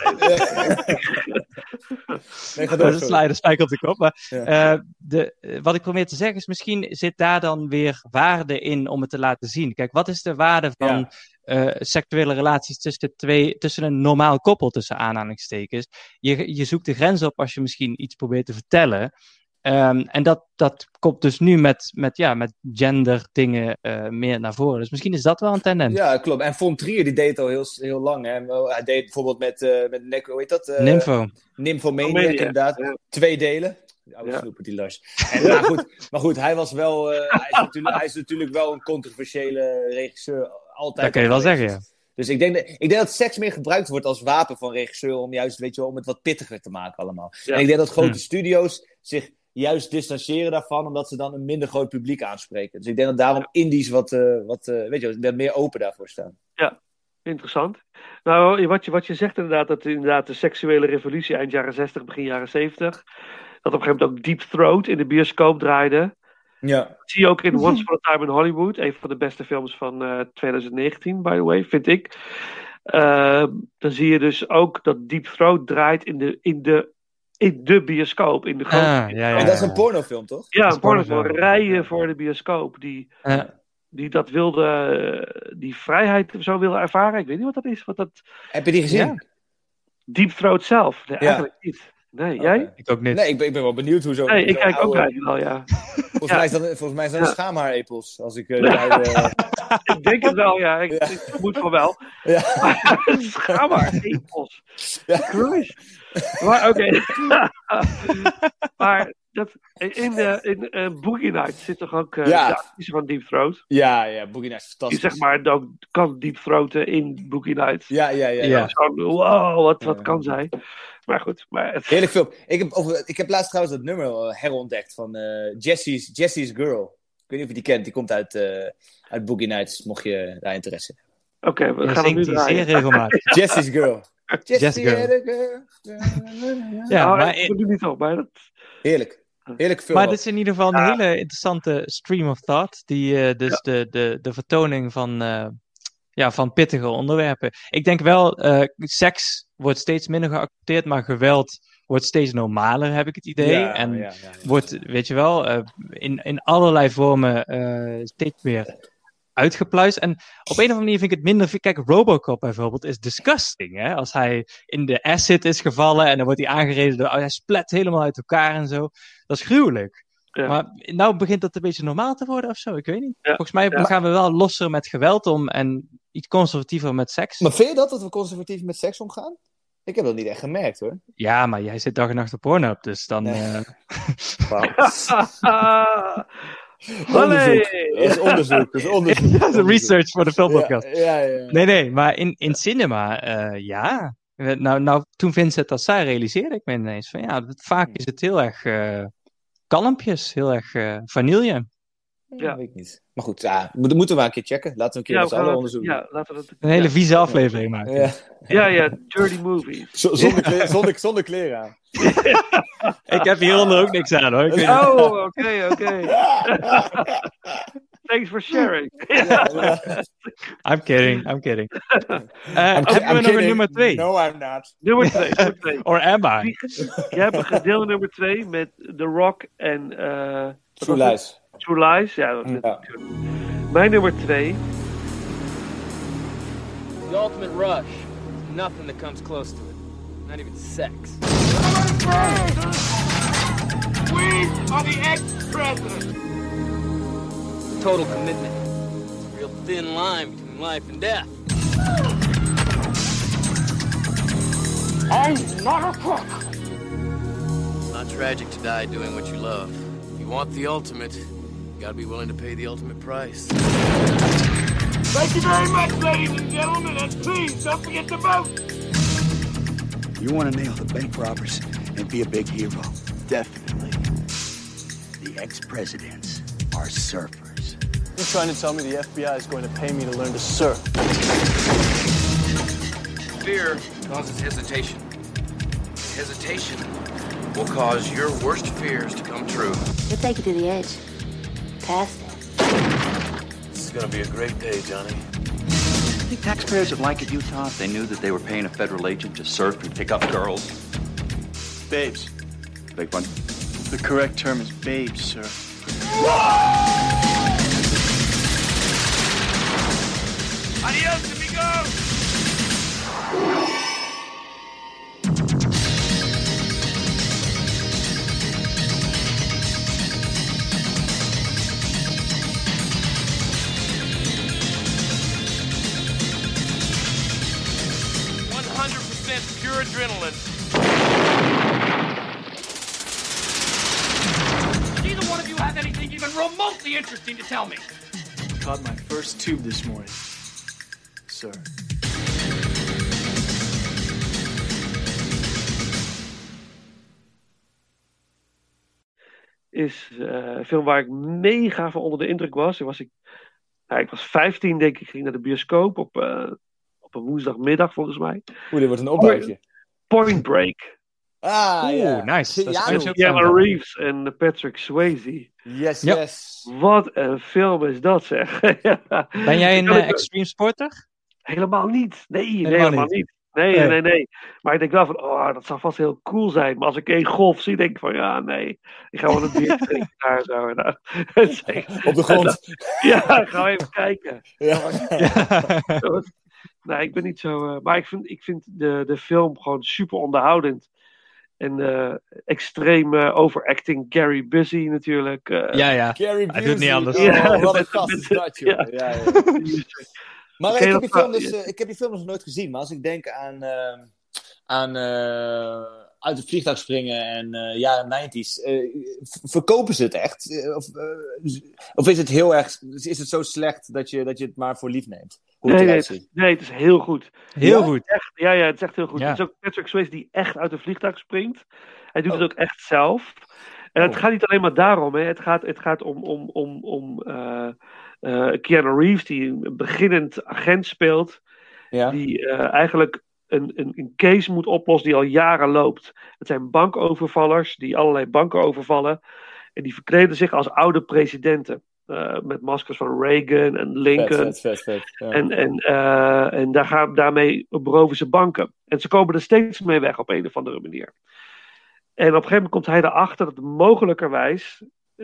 Nee, ga door, dat sla je de spijker op de kop. Maar, ja. uh, de, wat ik probeer te zeggen is, misschien zit daar dan weer waarde in om het te laten zien. Kijk, wat is de waarde van... Ja. Uh, seksuele relaties tussen, twee, tussen een normaal koppel, tussen aanhalingstekens. Je, je zoekt de grens op als je misschien iets probeert te vertellen. Um, en dat, dat komt dus nu met, met, ja, met gender dingen uh, meer naar voren. Dus misschien is dat wel een tendens. Ja, klopt. En Von Trier die deed het al heel, heel lang. Hè. Hij deed bijvoorbeeld met, uh, met hoe heet dat? Uh, Nympho. Nymphomaniac, inderdaad. Ja. Twee delen. Die oude ja. snoeper, die Lars. En, maar, goed, maar goed, hij was wel... Uh, hij, is natuurlijk, hij is natuurlijk wel een controversiële regisseur. Altijd dat kan je wel zeggen, ja. Dus ik denk, dat, ik denk dat seks meer gebruikt wordt als wapen van regisseur om juist, weet je wel, om het wat pittiger te maken allemaal. Ja. En ik denk dat grote hm. studio's zich juist distancieren daarvan, omdat ze dan een minder groot publiek aanspreken. Dus ik denk dat daarom indies wat, uh, wat uh, weet je wel, meer open daarvoor staan. Ja, interessant. Nou, wat je, wat je zegt inderdaad, dat inderdaad de seksuele revolutie eind jaren zestig, begin jaren zeventig, dat op een gegeven moment ook Deep Throat in de bioscoop draaide. Ja. Dat zie je ook in Once Upon a Time in Hollywood. Een van de beste films van uh, twintig negentien, by the way, vind ik. Uh, dan zie je dus ook dat Deep Throat draait in de, in de, in de bioscoop. In de grote ah, ja, ja, en dat is een pornofilm, toch? Ja, een pornofilm. Rijen voor de bioscoop. Die, ja. die dat wilde, die vrijheid zo wilde ervaren. Ik weet niet wat dat is. Wat dat... Heb je die gezien? Ja. Deep Throat zelf? Nee, ja. eigenlijk niet. Nee, jij? Okay. Ik ook niet. Nee, ik ben, ik ben wel benieuwd hoe zo... Nee, ik zo kijk oude... ook eigenlijk wel, ja. Volgens, ja. mij is dat, volgens mij zijn dat ja. schaamhaarepels. Als ik... Uh, ja. uh... ik denk het wel, ja. Ik, ja. ik vermoed van wel. Ja. Schaamhaarepels. Ja. Christ. Maar oké. Okay. maar dat, in, uh, in uh, Boogie Nights zit toch ook... Uh, ja. ja, die is van Deep Throat. Ja, ja. Boogie Nights is fantastisch. Die zeg maar ook kan Deep Throaten in Boogie Nights. Ja, ja, ja. ja. Zo, wow, wat, wat ja. kan zij. Maar goed. Maar het... Heerlijk film. Ik heb, over, ik heb laatst trouwens dat nummer uh, herontdekt van uh, Jesse's, Jesse's Girl. Ik weet niet of je die kent. Die komt uit, uh, uit Boogie Nights, mocht je daar interesse in hebben. Oké, okay, we ja, gaan hem nu draaien. Zeer regelmatig. Jesse's Girl. Jesse's Girl. Girl. Ja, nou, maar... Ik doe niet op, maar dat... Heerlijk. Heerlijk film. Maar dit is in ieder geval een ja. hele interessante stream of thought. Die uh, dus ja. de, de, de vertoning van... Uh, Ja, van pittige onderwerpen. Ik denk wel, uh, seks wordt steeds minder geaccepteerd, maar geweld wordt steeds normaler, heb ik het idee. Ja, en ja, ja, ja. wordt, weet je wel, uh, in, in allerlei vormen uh, steeds meer uitgepluist. En op een of andere manier vind ik het minder... Kijk, Robocop bijvoorbeeld is disgusting, hè. Als hij in de acid is gevallen en dan wordt hij aangereden door... Hij splet helemaal uit elkaar en zo. Dat is gruwelijk. Ja. Maar nou begint dat een beetje normaal te worden of zo, ik weet niet. Ja. Volgens mij ja. gaan we wel losser met geweld om en iets conservatiever met seks. Maar vind je dat, dat we conservatief met seks omgaan? Ik heb dat niet echt gemerkt, hoor. Ja, maar jij zit dag en nacht op Pornhub, dus dan... Nee. Uh... onderzoek. Dat is onderzoek. Dat is onderzoek. Dat is research voor de filmpodcast. Ja, ja, ja. Nee, nee, maar in, in cinema, uh, ja... Nou, nou, toen Vincent dat zei, realiseerde ik me ineens van ja, vaak is het heel erg uh, kalmpjes, heel erg uh, vanille. Ja, weet ik niet. Maar goed, ja, moeten moeten we maar een keer checken. Laten we een keer ja, met z'n allen onderzoeken. Ja, laten we dat, een hele ja. vieze aflevering maken. Ja, ja, ja dirty movies. Z- zonder, kleren, zonder, zonder kleren aan. Ik heb hieronder ook niks aan hoor. Oh, oké, oké. Thanks for sharing. I'm kidding, I'm kidding. Uh, I'm hebben ki- we I'm nog kidding. een nummer twee? No, I'm not. Nummer twee. Nummer twee. Or am I? Jij hebt een gedeelde nummer twee met The Rock en... Uh, True Lies. True Lies, ja. Dat ja. Mijn nummer twee. The ultimate rush. Nothing that comes close to it. Not even sex. We are the ex-president. Total commitment. It's a real thin line between life and death. I'm not a crook. It's not tragic to die doing what you love. If you want the ultimate, you gotta be willing to pay the ultimate price. Thank you very much, ladies and gentlemen, and please don't forget to vote. You want to nail the bank robbers and be a big hero? Definitely. The ex-presidents are surfers. You're trying to tell me the F B I is going to pay me to learn to surf? Fear causes hesitation. Hesitation will cause your worst fears to come true. We'll take you to the edge. Past it. This is gonna be a great day, Johnny. I think taxpayers would like it, Utah, if they knew that they were paying a federal agent to surf and pick up girls. Babes. Big one. The correct term is babes, sir. Adios, amigos! one hundred percent pure adrenaline. Neither one of you have anything even remotely interesting to tell me. Caught my first tube this morning, sir. Is uh, een film waar ik mega van onder de indruk was. Toen was ik, nou, ik was vijftien, denk ik. Ik ging naar de bioscoop op, uh, op een woensdagmiddag, volgens mij. Oeh, dit wordt een opbouwtje. Point Break. Ah, Oeh, ja. nice. Dat is Ja, ja, Met Keanu Reeves en Patrick Swayze. Yes, Ja. yes. Wat een film is dat, zeg. Ben jij een uh, extreme sporter? Helemaal niet. Nee, Helemaal nee helemaal niet. niet. Nee, Nee. nee, nee. Maar ik denk wel van, oh, dat zou vast heel cool zijn. Maar als ik één golf zie, denk ik van, ja, nee. Ik ga wel een bier drinken daar zo. Nou, Op de grond. Ja, ga we even kijken. Ja. Ja. Nee, ik ben niet zo... Uh, maar ik vind, ik vind de, de film gewoon super onderhoudend. En uh, extreem uh, overacting. Gary Busey natuurlijk. Uh, Ja, ja. Gary Hij doet niet anders. Oh, wat een met- gast met- is dat, joh. ja. Ja, ja. Maar Ken ik je heb, die dat- film dus, uh, ik heb die film nog nooit gezien. Maar als ik denk aan, uh, aan uh, uit het vliegtuig springen en uh, jaren negentig, uh, v- verkopen ze het echt? Uh, of, uh, of is het heel erg, is het zo slecht dat je, dat je het maar voor lief neemt? Hoe het Nee, nee, eruit het, ziet? is- nee, het is heel goed. Heel Ja? goed. Echt, ja, ja, het is echt heel goed. Ja. Het is ook Patrick Swayze die echt uit een vliegtuig springt. Hij doet het ook echt zelf. En het Oh. gaat niet alleen maar daarom. Hè. Het gaat, het gaat om, om, om, om uh, uh, Keanu Reeves, die een beginnend agent speelt. Ja? Die uh, eigenlijk een, een, een case moet oplossen die al jaren loopt. Het zijn bankovervallers die allerlei banken overvallen. En die verkleden zich als oude presidenten. Uh, met maskers van Reagan en Lincoln. Vet, vet, vet, vet. Ja. En, en, uh, en daar gaan, daarmee beroven ze banken. En ze komen er steeds mee weg op een of andere manier. En op een gegeven moment komt hij erachter dat mogelijkerwijs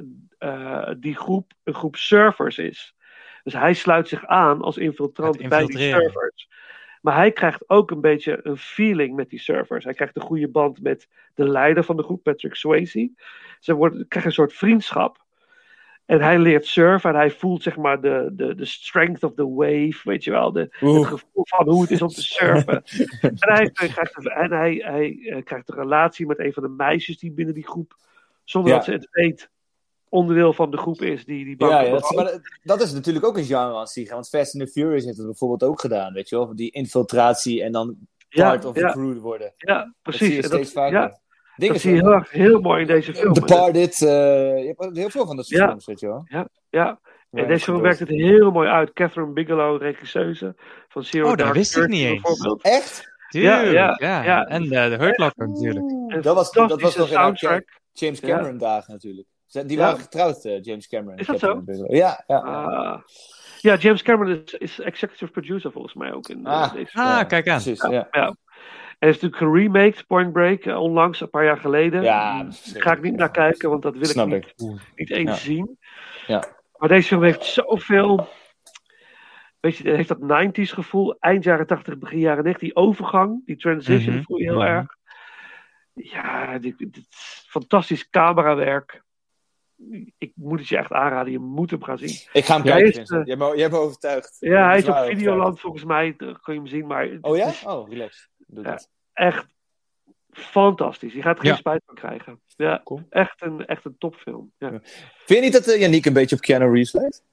uh, die groep een groep surfers is. Dus hij sluit zich aan als infiltrant Het bij die infiltreren. surfers. Maar hij krijgt ook een beetje een feeling met die surfers. Hij krijgt een goede band met de leider van de groep, Patrick Swayze. Ze worden, krijgen een soort vriendschap. En hij leert surfen en hij voelt zeg maar de, de, de strength of the wave, weet je wel. De, het gevoel van hoe het is om te surfen. en hij, hij, krijgt, een, en hij, hij, hij krijgt een relatie met een van de meisjes die binnen die groep, zonder Ja. dat ze het weet, onderdeel van de groep is die die Ja, banken ja dat, berooft. maar dat, dat is natuurlijk ook een genre aan zich. Want Fast and the Furious heeft het bijvoorbeeld ook gedaan, weet je wel. Die infiltratie en dan part ja, of ja. the crew worden. Ja, precies. Dat zie je En steeds dat, vaker. ja, Dingen dat zie je heel, erg- heel mooi in deze film. Departed, uh, je hebt heel veel van dat soort Ja. films, weet je wel. Ja, ja. In Ja, deze film gebeurt. werkt het heel mooi uit. Catherine Bigelow, regisseuse van Zero Oh, dat Dark wist ik Thirty niet eens. bijvoorbeeld. Echt? Tuurlijk, ja, ja. ja. En uh, de Hurt Locker natuurlijk. Een Dat was, dat was nog fantastische in haar soundtrack. James Ja. Cameron dagen natuurlijk. Ze- Die Ja. waren getrouwd, uh, James Cameron. Is dat Catherine zo? Bigelow. Ja, ja. Ah. Ja, James Cameron is, is executive producer volgens mij ook in uh, Ah. deze Ah, Ja, kijk aan. Precies, Ja, ja. ja. En is natuurlijk geremaked, Point Break, uh, onlangs, een paar jaar geleden. Ja, Daar ga ik niet naar kijken, want dat wil Snap ik ik. niet, niet eens Ja. zien. Ja. Maar deze film heeft zoveel... Weet je, het heeft dat nineties gevoel, eind jaren tachtig, begin jaren negentig. Die overgang, die transition Mhm. voel je heel Mhm. erg. Ja, dit, dit is fantastisch camerawerk. Ik moet het je echt aanraden, je moet hem gaan zien. Ik ga hem Hij kijken, is, Vincent. uh, Je hebt me, je hebt me overtuigd. Ja, hij is op Zwaar Videoland volgens mij, daar kun je hem zien. Maar overtuigd. Oh ja? het is Oh, relax. Doe Ja. dat. echt fantastisch. Je gaat er geen Ja. spijt van krijgen. Ja, Cool. echt, een, echt een topfilm. Ja. Vind je niet dat uh, Yannick een beetje op Keanu Reeves lijkt?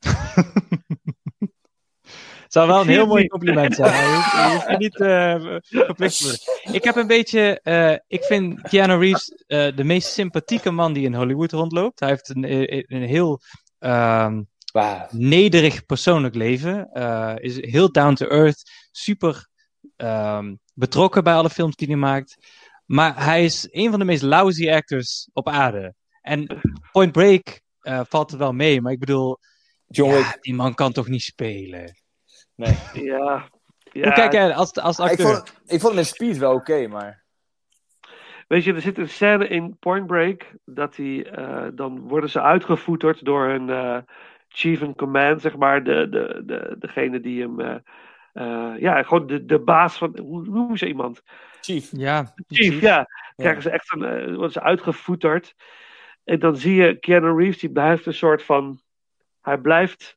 Het zou wel Ik een zie heel het mooi niet. compliment zijn. maar Je hoeft, je hoeft er niet uh, verplicht te worden. Ik heb een beetje... Uh, ik vind Keanu Reeves uh, de meest sympathieke man die in Hollywood rondloopt. Hij heeft een, een heel um, Wow. nederig persoonlijk leven. Uh, is heel down to earth. Super um, betrokken bij alle films die hij maakt. Maar hij is een van de meest lousy actors op aarde. En Point Break uh, valt er wel mee. Maar ik bedoel... John ja, Wick. die man kan toch niet spelen? Nee. Ja. Hoe kijk jij als, als Ah, ik, acteur? vond, ik vond hem in Speed wel oké, okay, maar... Weet je, er zit een scène in Point Break dat hij, uh, dan worden ze uitgevoeterd door hun uh, chief in command, zeg maar, de, de, de, degene die hem, uh, uh, ja, gewoon de, de baas van, hoe noemen ze iemand? Chief. Ja. Chief, chief. ja. Krijgen ze echt een, uh, worden ze uitgevoeterd. En dan zie je Keanu Reeves, die blijft een soort van, hij blijft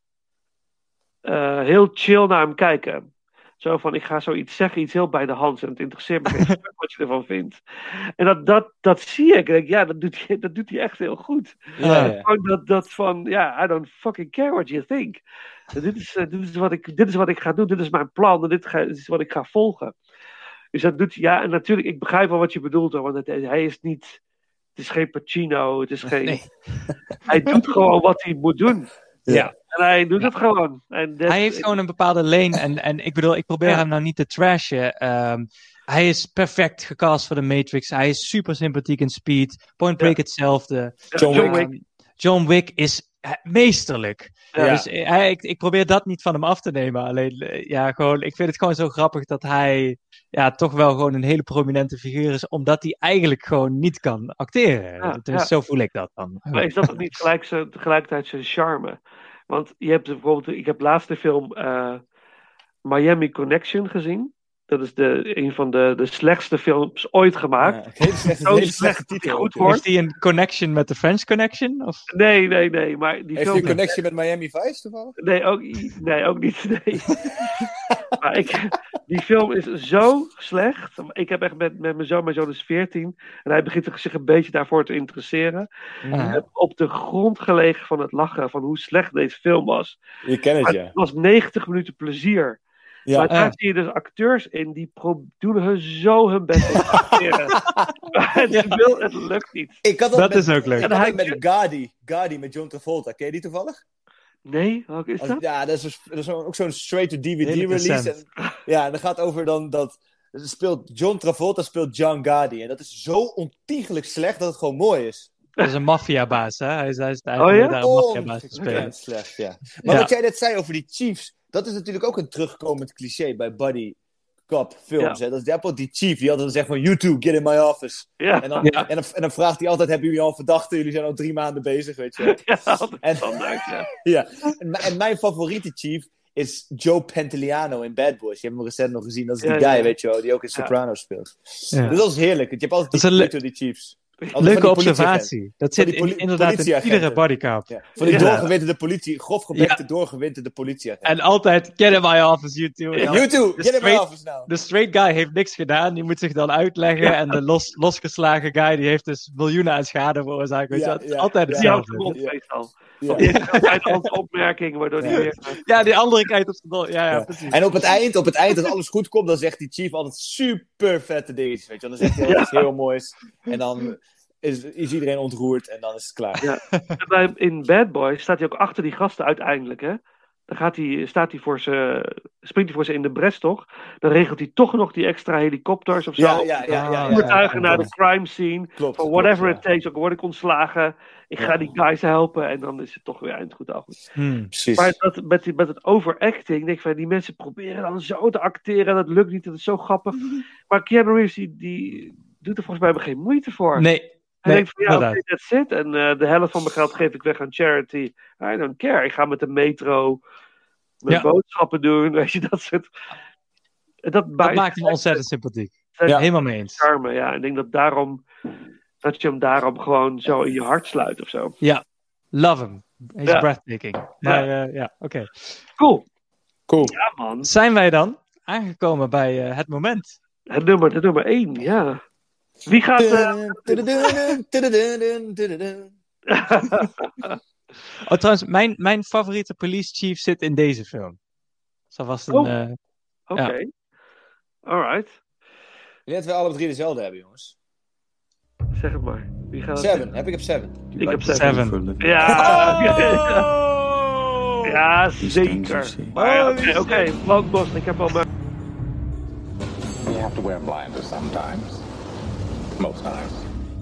uh, heel chill naar hem kijken. Zo van, ik ga zoiets zeggen, iets heel bij de hand. En het interesseert me geen stuk wat je ervan vindt. En dat, dat, dat zie ik. En ik denk, ja, dat doet, hij, dat doet hij echt heel goed. Ja, ja. Gewoon dat, dat van, ja, I don't fucking care what you think. Dit is, uh, dit, is wat ik, dit is wat ik ga doen. Dit is mijn plan. En dit, ga, dit is wat ik ga volgen. Dus dat doet, ja, en natuurlijk, ik begrijp wel wat je bedoelt. Hoor, want het, hij is niet, het is geen Pacino. Het is geen, nee. Hij doet gewoon wat hij moet doen. Ja. ja. En hij doet ja. het gewoon. En hij heeft ik... gewoon een bepaalde lane. En, en ik bedoel, ik probeer ja. hem nou niet te trashen. Um, hij is perfect gecast voor de Matrix. Hij is super sympathiek in Speed. Point Break ja. hetzelfde. Ja, John, John Wick. Um, John Wick is meesterlijk. Ja. Dus hij, ik, ik probeer dat niet van hem af te nemen. Alleen, ja, gewoon, ik vind het gewoon zo grappig dat hij ja, toch wel gewoon een hele prominente figuur is. Omdat hij eigenlijk gewoon niet kan acteren. Ja, dus ja. zo voel ik dat dan. Maar is dat ook niet gelijk zijn, tegelijkertijd zijn charme? Want je hebt bijvoorbeeld, ik heb laatst de film uh, Miami Connection gezien. Dat is de, een van de, de slechtste films ooit gemaakt. Ja, hele slechte, Zo hele slecht dat hij goed wordt. Heeft hij een connection met de French Connection? Of? Nee, nee, nee. Maar die Heeft film... hij een connection met Miami Vice toevallig? Nee, ook, nee, ook niet. Nee. Maar ik, die film is zo slecht. Ik heb echt met, met mijn zoon, mijn zoon is veertien. En hij begint zich een beetje daarvoor te interesseren. Ja. En ik heb op de grond gelegen van het lachen van hoe slecht deze film was. Je kent het, maar ja. Het was negentig minuten plezier. Ja, maar daar uh. zie je dus acteurs in die pro- doen hun zo hun best om te acteren. het, ja. wil, het lukt niet. Ik had dat dat is met, ook leuk. En hij met Gardy, Gardy met John Travolta. Ken je die toevallig? Nee, welke is dat? Als, ja, dat is, dat is ook zo'n straight-to-D V D release. En, ja, en dat gaat over dan dat... Speelt John Travolta speelt John Gardy. En dat is zo ontiegelijk slecht dat het gewoon mooi is. Dat is een maffiabaas, hè? Hij is, hij is oh, ja? daar een maffiabaas te spelen. Slecht, ja. Maar ja. wat jij net zei over die Chiefs... Dat is natuurlijk ook een terugkomend cliché bij buddy cop films. Ja. Hè? Dat is altijd die chief die altijd zegt van... You two, get in my office. Ja. En, dan, ja. en, dan, en dan vraagt hij altijd... Hebben jullie al verdachten? Jullie zijn al drie maanden bezig, weet je. Ja, en, standaard, ja. ja. En, en mijn favoriete chief is Joe Pantoliano in Bad Boys. Je hebt hem recent nog gezien. Dat is die ja, guy, ja. weet je wel. Die ook in Sopranos ja. speelt. Ja. Dus dat is heerlijk. Je hebt altijd die, le- die chiefs. Leuke observatie. Dat zit poli- in, inderdaad in iedere bodycap. Ja. Van die Ja. doorgewinterde politie, grof gebekte Ja. doorgewinterde politie. En altijd, get in my office, you two. Ja, you two, De get in my straight- office now. De straight guy heeft niks gedaan, die moet zich dan uitleggen. Ja. En de los, losgeslagen guy, die heeft dus miljoenen aan schade veroorzaakt. Weet je, Ja, wel. Het is ja, altijd ja. Die houdt hetzelfde. hem op meestal. Ja. Of die heeft altijd al een opmerking, waardoor die Ja. weer... Ja, die andere kijkt op zijn dol. Ja, ja, Ja. precies. En op het eind, op het eind, als alles goed komt, dan zegt die chief altijd super vette dingetjes. Weet je? wel. Dan zegt hij altijd iets heel moois. En dan is, is iedereen ontroerd en dan is het klaar. Ja. En bij- in Bad Boys staat hij ook achter die gasten uiteindelijk, hè. Dan gaat hij, staat hij voor ze, springt hij voor ze in de bres, toch? Dan regelt hij toch nog die extra helikopters of zo. Ja, ja, ja, ja, ja, Voertuigen ja. naar de crime scene. Klopt, For klopt, whatever ja. it takes, ook word ik ontslagen. Ik ga Ja. die guys helpen. En dan is het toch weer eind goed af. Hmm. Precies. Maar dat, met, die- met het overacting, denk ik van, die mensen proberen dan zo te acteren. En dat lukt niet, dat is zo grappig. Maar Keanu Reeves, die, die doet er volgens mij geen moeite voor. Nee. Hij Nee, denkt van, ja, oké, inderdaad. that's it. En eh, de helft van mijn geld geef ik weg aan charity. I don't care. Ik ga met de metro mijn Ja. boodschappen doen. Weet je, dat soort... Dat, Dat bij- maakt hem ontzettend sympathiek. zijn Ja. Helemaal mee eens. charme, ja. Ik denk dat daarom... Dat je hem daarom gewoon zo in je hart sluit of zo. Ja, love him. He's Ja. breathtaking. Maar ja, uh, ja oké. Cool. Cool. Ja, man. Zijn wij dan aangekomen bij uh, het moment? Het nummer, het nummer één, ja. Wie gaat... Uh... Oh, trouwens, mijn, mijn favoriete police chief zit in deze film. Dus dat was een... Oh, uh, Oké. Okay. Ja. Alright. Ik denk dat we alle drie dezelfde hebben, jongens. Zeg het maar. Wie gaat Seven. Het... Heb ik op Seven? Ik heb Seven. seven. Ja. Oh! Ja, zeker. Maar oké, oké. Okay. Loodbos, ik heb al mijn... You have to wear blinders sometimes. Most times.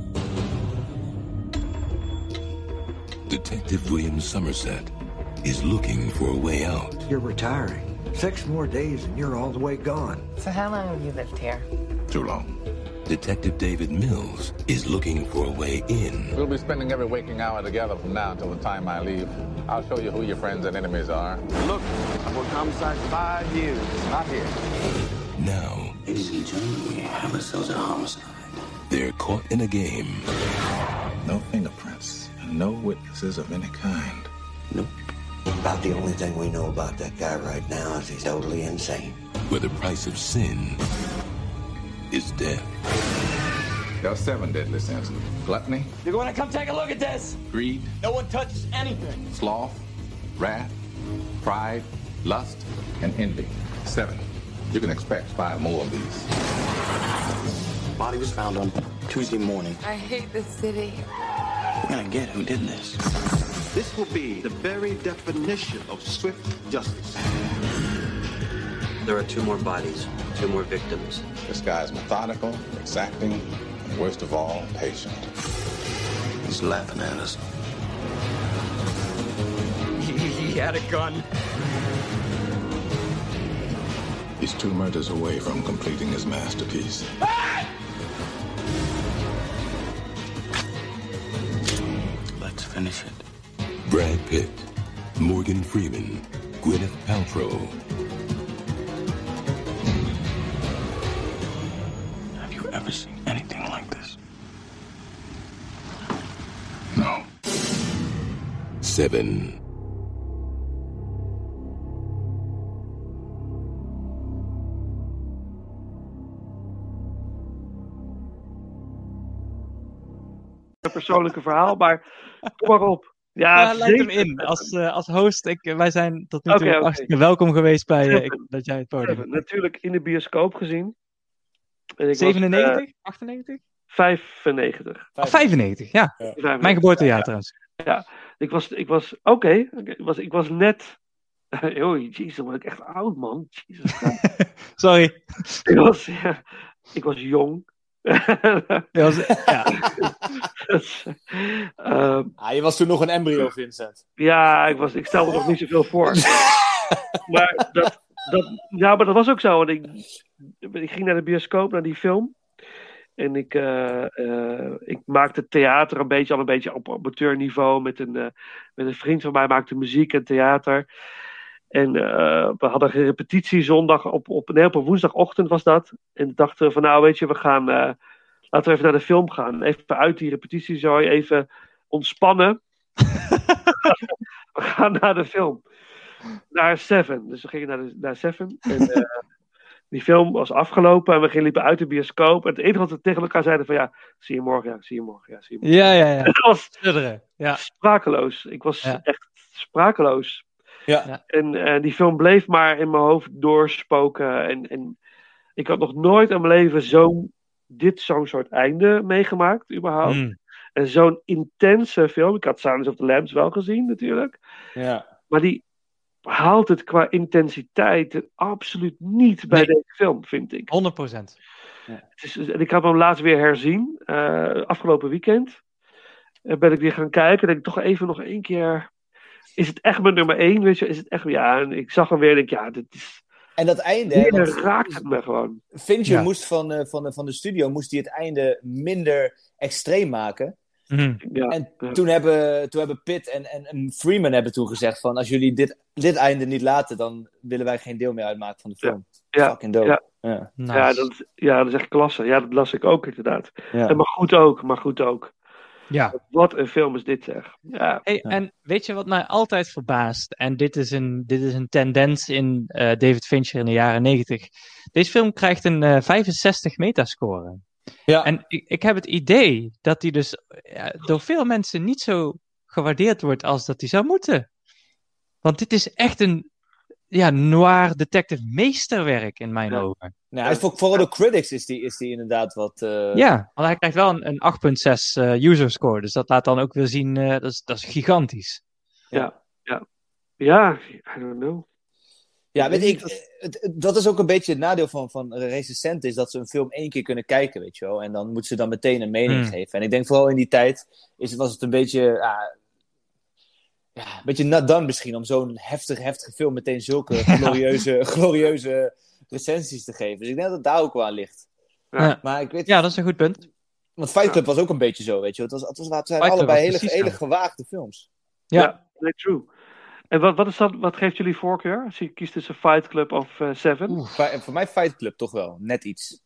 Detective William Somerset is looking for a way out. You're retiring. Six more days and you're all the way gone. So how long have you lived here? Too long. Detective David Mills is looking for a way in. We'll be spending every waking hour together from now until the time I leave. I'll show you who your friends and enemies are. Look, I've worked homicide five years. Not here. Now, ladies and gentlemen, we have ourselves a homicide. They're caught in a game. No fingerprints. No witnesses of any kind. Nope. About the only thing we know about that guy right now is he's totally insane. Where the price of sin is death. There are seven deadly sins. Gluttony. You're going to come take a look at this. Greed. No one touches anything. Sloth. Wrath. Pride. Lust. And envy. Seven. You can expect five more of these. Body was found on Tuesday morning. I hate this city. We're gonna get who did this. This will be the very definition of swift justice. There are two more bodies, two more victims. This guy's methodical, exacting, and worst of all, patient. He's laughing at us. He had a gun. He's two murders away from completing his masterpiece. Let's finish it. Brad Pitt, Morgan Freeman, Gwyneth Paltrow. Have you ever seen anything like this? No. Seven. Een persoonlijke verhaal, maar kom maar op. Ja, ja leid hem in. Als, uh, als host, ik, wij zijn tot nu toe okay, okay. hartstikke welkom geweest bij uh, ik, dat jij het podium hebt. Natuurlijk in de bioscoop gezien. En ik zevenennegentig? Was, uh, achtennegentig? vijfennegentig. Oh, vijfennegentig, ja. ja. vijfennegentig. Mijn geboortejaar ja. trouwens. Ja, ik was, ik was oké. Okay. Ik, was, ik was net... Oh, jezus, dan word ik echt oud, man. Jesus, Sorry. Ik was, ja, ik was jong. was, ja. dus, uh, ah, je was toen nog een embryo, Vincent. Ja, ik, was, ik stelde nog niet zoveel voor. maar, dat, dat, ja, maar dat was ook zo. Want ik, ik ging naar de bioscoop, naar die film. En ik, uh, uh, ik maakte theater een beetje al een beetje op amateurniveau. Met een, uh, met een vriend van mij maakte muziek en theater. En uh, we hadden een repetitie zondag op, op, nee, op een woensdagochtend was dat. En dachten van nou weet je, we gaan, uh, laten we even naar de film gaan. Even uit die repetitiezooi, even ontspannen. We gaan naar de film. Naar Seven. Dus we gingen naar, de, naar Seven. En uh, die film was afgelopen en we gingen liepen uit de bioscoop. En het enige wat we tegen elkaar zeiden van ja, zie je morgen, ja, zie je morgen, ja, zie je morgen. Ja, ja, ja. Dat was ja. sprakeloos. Ik was ja. echt sprakeloos. Ja. En uh, die film bleef maar in mijn hoofd doorspoken. En, en ik had nog nooit in mijn leven zo'n, dit zo'n soort einde meegemaakt, überhaupt. Mm. En zo'n intense film. Ik had Silence of the Lambs wel gezien, natuurlijk. Ja. Maar die haalt het qua intensiteit absoluut niet bij nee. deze film, vind ik. honderd procent. Ja. Het is, en ik heb hem laatst weer herzien. Uh, afgelopen weekend. Uh, ben ik weer gaan kijken. Denk ik toch even nog één keer. Is het echt mijn nummer één? Weet je? Is het echt, ja, en ik zag hem weer en denk ja, dit is... En dat einde... Hè, want, raakt het me gewoon. Fincher ja. moest van, uh, van, van de studio moest hij het einde minder extreem maken. Mm-hmm. Ja, en ja. toen hebben, toen hebben Pitt en, en, en Freeman hebben toen gezegd van... als jullie dit, dit einde niet laten, dan willen wij geen deel meer uitmaken van de film. Ja. Fucking dope. Ja, ja. Nice. ja, dat, ja, dat is echt klasse. Ja, dat las ik ook inderdaad. Ja. En maar goed ook, maar goed ook. Ja. Wat een film is dit, zeg. Ja. Hey, ja. En weet je wat mij altijd verbaast? En dit is een, dit is een tendens in uh, David Fincher in de jaren negentig. Deze film krijgt een uh, vijfenzestig metascore. Ja. En ik, ik heb het idee dat die dus ja, door veel mensen niet zo gewaardeerd wordt als dat die zou moeten. Want dit is echt een ja, noir detective meesterwerk in mijn ja. ogen. Nou, hij is voor, vooral de critics is die, is die inderdaad wat... Uh... Ja, want hij krijgt wel een, een acht komma zes uh, user score. Dus dat laat dan ook weer zien, uh, dat, is, dat is gigantisch. Ja, ja. Ja, I don't know. Ja, weet ik, het, dat is ook een beetje het nadeel van, van recensenten, is dat ze een film één keer kunnen kijken, weet je wel. En dan moeten ze dan meteen een mening hmm. geven. En ik denk vooral in die tijd is, was het een beetje... Uh, Ja, een beetje not done misschien om zo'n heftig, heftige film meteen zulke glorieuze, glorieuze recensies te geven. Dus ik denk dat het daar ook wel aan ligt. Ja, maar ik weet, ja dat is een goed punt. Want Fight Club was ook een beetje zo, weet je. Het, was, het, was, het zijn Fight allebei hele, hele gewaagde films. Ja, ja nee, true. En wat, wat, is dat, wat geeft jullie voorkeur? Als je kiest tussen Fight Club of uh, Seven? Oeh, voor mij Fight Club toch wel, net iets.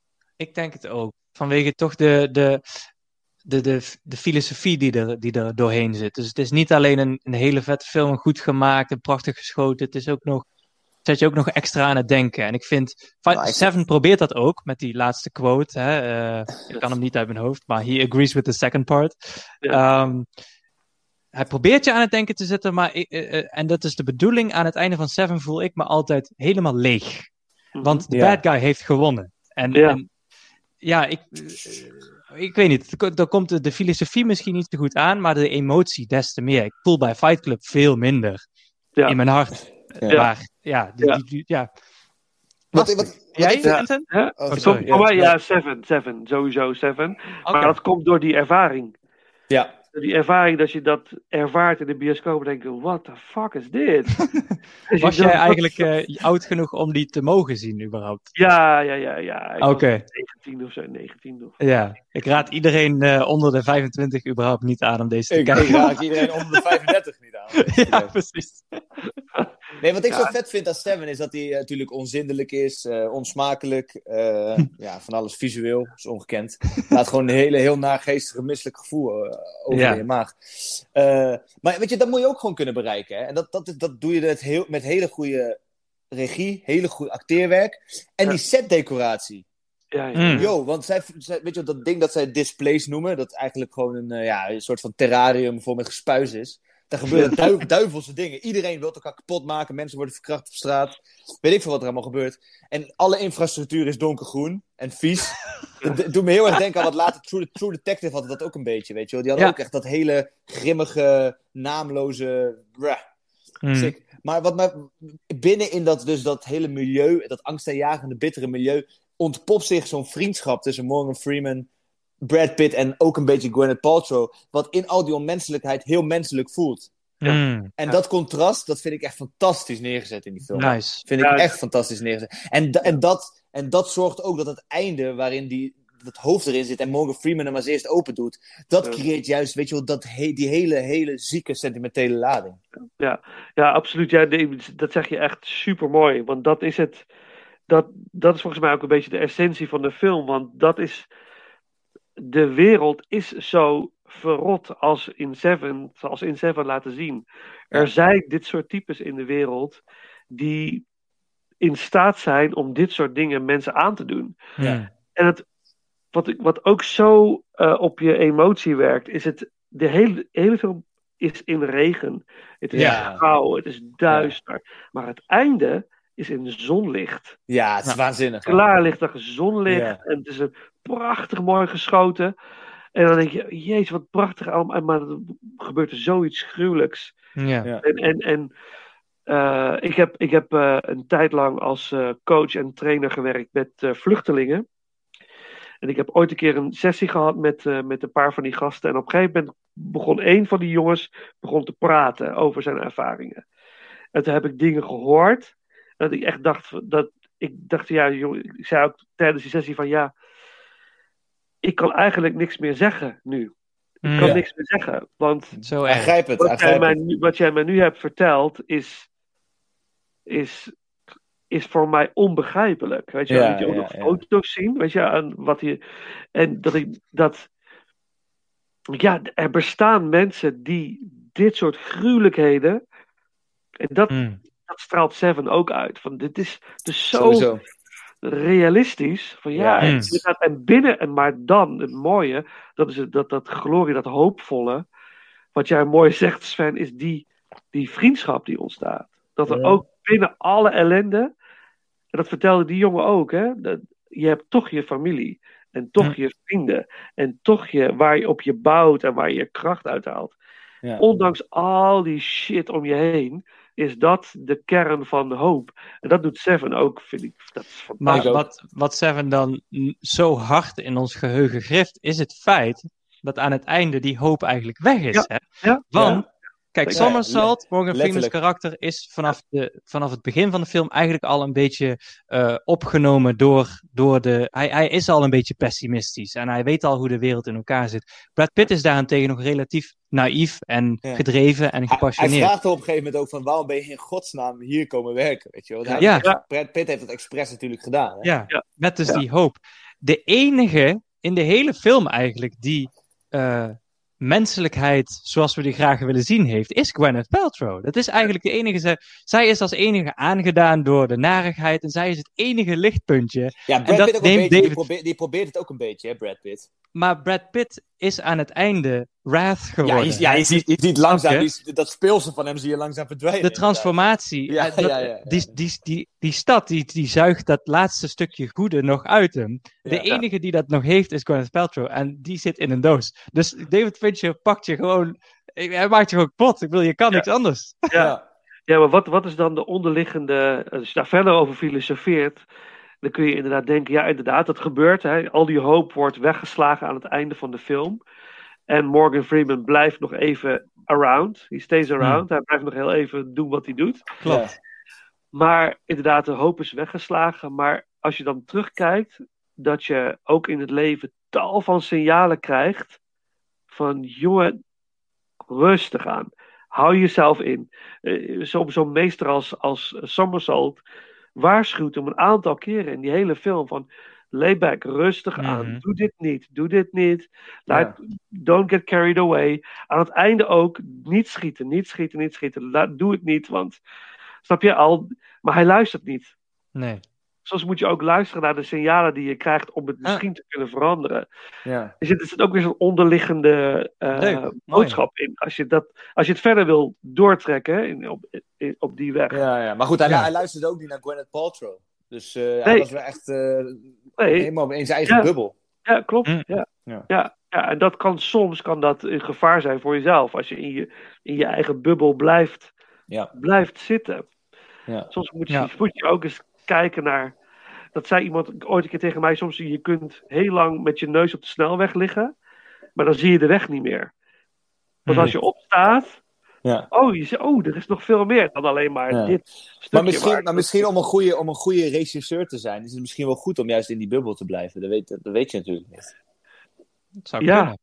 Ik denk het ook. Vanwege toch de... de... De, de, de filosofie die er, die er doorheen zit. Dus het is niet alleen een, een hele vette film, goed gemaakt en prachtig geschoten. Het is ook nog, zet je ook nog extra aan het denken. En ik vind, nou, ik Seven vind... probeert dat ook, met die laatste quote. Hè? Uh, ik kan hem niet uit mijn hoofd, maar he agrees with the second part. Ja. Um, hij probeert je aan het denken te zetten, maar ik, uh, uh, en dat is de bedoeling. Aan het einde van Seven voel ik me altijd helemaal leeg. Mm-hmm. Want de ja. bad guy heeft gewonnen. En ja, en, ja ik... Uh, Ik weet niet, dan komt de, de filosofie misschien niet zo goed aan, maar de emotie des te meer. Ik voel bij Fight Club veel minder ja. in mijn hart. Ja. Maar ja, die, ja. Die, die, ja. Wat, wat, wat, Jij, Vincent? Ja. Oh, sorry. Voor mij, ja, Seven, Seven, sowieso Seven. Okay. Maar dat komt door die ervaring. Ja. Die ervaring, dat je dat ervaart in de bioscoop en denk je, what the fuck is dit? Was jij eigenlijk uh, oud genoeg om die te mogen zien, überhaupt? Ja, ja, ja, ja. Oké. Okay. negentien of zo, negentien of... Ja, ik raad iedereen uh, onder de vijfentwintig überhaupt niet aan om deze te ik, kijken. Ik raad iedereen onder de vijfendertig niet aan. Ja, precies. Nee, wat ik ja. zo vet vind aan Seven is dat hij uh, natuurlijk onzindelijk is, uh, onsmakelijk, uh, ja, van alles visueel, is ongekend. Laat gewoon een hele, heel naargeestige, misselijk gevoel uh, over ja. je maag. Uh, maar weet je, dat moet je ook gewoon kunnen bereiken. Hè? En dat, dat, dat doe je met, heel, met hele goede regie, hele goede acteerwerk en ja. die setdecoratie. Ja, ja. Mm. Yo, want zij, zij, weet je dat ding dat zij displays noemen, dat eigenlijk gewoon een, uh, ja, een soort van terrarium vol met gespuis is. Daar gebeuren duiv, duivelse dingen. Iedereen wil elkaar kapot maken. Mensen worden verkracht op straat. Weet ik veel wat er allemaal gebeurt. En alle infrastructuur is donkergroen en vies. Het doet me heel erg denken aan wat later True, True Detective had dat ook een beetje, weet je wel. Die hadden ja. ook echt dat hele grimmige, naamloze... Mm. Maar wat mij binnen in dat, dus dat hele milieu, dat angstaanjagende, bittere milieu, ontpopt zich zo'n vriendschap tussen Morgan Freeman, Brad Pitt en ook een beetje Gwyneth Paltrow, wat in al die onmenselijkheid heel menselijk voelt. Mm. En dat contrast, dat vind ik echt fantastisch neergezet in die film. Nice. Vind ik echt fantastisch neergezet. En, en, dat, en dat zorgt ook dat het einde, waarin die, dat hoofd erin zit en Morgan Freeman hem als eerst open doet, dat creëert juist, weet je wel, dat he, die hele, hele zieke sentimentele lading. Ja, ja absoluut. Ja, dat zeg je echt super mooi. Want dat is het. Dat, dat is volgens mij ook een beetje de essentie van de film. Want dat is de wereld is zo verrot als in Seven, zoals in Seven laten zien. Er Ja. zijn dit soort types in de wereld die in staat zijn om dit soort dingen mensen aan te doen. Ja. En het, wat, ik- wat ook zo uh, op je emotie werkt, is het, de hele, hele film is in regen. Het is Ja. grauw, het is duister. Maar het einde is in zonlicht. Ja, het is waanzinnig. hè? Klaarlichtig zonlicht. Ja. En het is een prachtig mooi geschoten. En dan denk je, jezus, wat prachtig allemaal. Maar er gebeurt er zoiets gruwelijks. Ja. Ja. En, en, en uh, ik heb, ik heb uh, een tijd lang als uh, coach en trainer gewerkt met uh, vluchtelingen. En ik heb ooit een keer een sessie gehad met, uh, met een paar van die gasten. En op een gegeven moment begon een van die jongens begon te praten over zijn ervaringen. En toen heb ik dingen gehoord. Dat ik echt dacht, dat, ik dacht, ja, jongen, ik zei ook tijdens die sessie van, ja, ik kan eigenlijk niks meer zeggen nu. Ik kan Ja. niks meer zeggen, want Zo Hij erg. grijpt het. wat Hij jij, grijpt mij, het. nu- wat jij mij nu hebt verteld is, is, is voor mij onbegrijpelijk. Weet je, wel? Ja, Liet je ook ja, nog ja. foto's zien, weet je, en wat je, en dat ik dat, ja, er bestaan mensen die dit soort gruwelijkheden, en dat, Mm. dat straalt Seven ook uit. Van dit is dus zo Sowieso. realistisch. Van ja, Ja. en, Mm. inderdaad, en binnen, en maar dan, het mooie, dat is het, dat, dat glorie, dat hoopvolle, wat jij mooi zegt, Sven, is die, die vriendschap die ontstaat. Dat er Ja. ook binnen alle ellende, en dat vertelde die jongen ook, hè, dat, je hebt toch je familie, en toch Hm. je vrienden, en toch je, waar je op je bouwt en waar je je kracht uithaalt. Ja. Ondanks al die shit om je heen, is dat de kern van hoop. En dat doet Seven ook, vind ik. Dat is Maar fantastisch. wat, wat Seven dan n- zo hard in ons geheugen grift, is het feit dat aan het einde die hoop eigenlijk weg is. Ja. Hè? Ja. Want, kijk, Ja, Somersault, Morgan Freeman's letterlijk. karakter, is vanaf, de, vanaf het begin van de film eigenlijk al een beetje eh, opgenomen door, door de... Hij, hij is al een beetje pessimistisch en hij weet al hoe de wereld in elkaar zit. Brad Pitt is daarentegen nog relatief naïef en Ja. gedreven en Hij, hij gepassioneerd. vraagt er op een gegeven moment ook van, waarom ben je in godsnaam hier komen werken? Weet je wel? Hij, Ja. ja. Brad Pitt heeft het expres natuurlijk gedaan. Hè? Ja, Ja. met dus Ja. die hoop. De enige in de hele film eigenlijk die eh, menselijkheid zoals we die graag willen zien heeft, is Gwyneth Paltrow. Dat is eigenlijk de enige. Zij, zij is als enige aangedaan door de narigheid en zij is het enige lichtpuntje. Ja, En Brad dat Pitt ook een neemt beetje, die, David- probeert, die probeert het ook een beetje, hè, Brad Pitt. Maar Brad Pitt is aan het einde Wrath Ja, geworden. je, ja, je ziet, je ziet langzaam, Oké. die, dat speelse van hem zie je langzaam verdwijnen. De inderdaad. transformatie. Ja, eh, dat- ja, ja, ja. Die, die, die, die stad die, die zuigt dat laatste stukje goede nog uit hem. De Ja. enige die dat nog heeft is Gwyneth Paltrow. En die zit in een doos. Dus David Fincher pakt je gewoon. Hij maakt je gewoon kapot. Ik bedoel, je kan Ja. niks anders. Ja, ja maar wat, wat is dan de onderliggende... Als je daar verder over filosofeert, dan kun je inderdaad denken... Ja, inderdaad, dat gebeurt. Hè. Al die hoop wordt weggeslagen aan het einde van de film. En Morgan Freeman blijft nog even around. He stays around. Hij blijft nog heel even doen wat hij doet. Klopt. Maar inderdaad, de hoop is weggeslagen. Maar als je dan terugkijkt, dat je ook in het leven tal van signalen krijgt van, jongen, rustig aan. Hou jezelf in. Uh, Zo'n zo meester als, als Somersault waarschuwt hem een aantal keren in die hele film van, lay back, rustig aan. Mhm. Doe dit niet, doe dit niet. Laat, Don't get carried away. Aan het einde ook, niet schieten, niet schieten, niet schieten. Laat, doe het niet, want, snap je al, maar hij luistert niet. Nee. Soms moet je ook luisteren naar de signalen die je krijgt om het misschien te kunnen veranderen. Ja. Er zit, er zit ook weer zo'n onderliggende uh, Leuk, boodschap in. Als je, dat, als je het verder wil doortrekken in, op, in, op die weg. Ja, ja. Maar goed, hij, Ja. hij luisterde ook niet naar Gwyneth Paltrow. Dus uh, hij Nee. was weer echt uh, Nee. helemaal in zijn eigen Ja. bubbel. Ja, klopt. Hm. Ja. Ja. Ja, ja, en dat kan soms kan dat een gevaar zijn voor jezelf. Als je in je, in je eigen bubbel blijft, Ja. blijft zitten. Ja. Soms moet je, Ja. moet je ook eens kijken naar... Dat zei iemand ooit een keer tegen mij. Soms je kunt heel lang met je neus op de snelweg liggen. Maar dan zie je de weg niet meer. Want Hm. als je opstaat... Ja. Oh, je zegt, oh, er is nog veel meer dan alleen maar Ja. dit stukje. Maar misschien, waar- maar misschien om, een goede, om een goede regisseur te zijn, is het misschien wel goed om juist in die bubbel te blijven. Dat weet, dat weet je natuurlijk niet. Dat zou Ja. kunnen.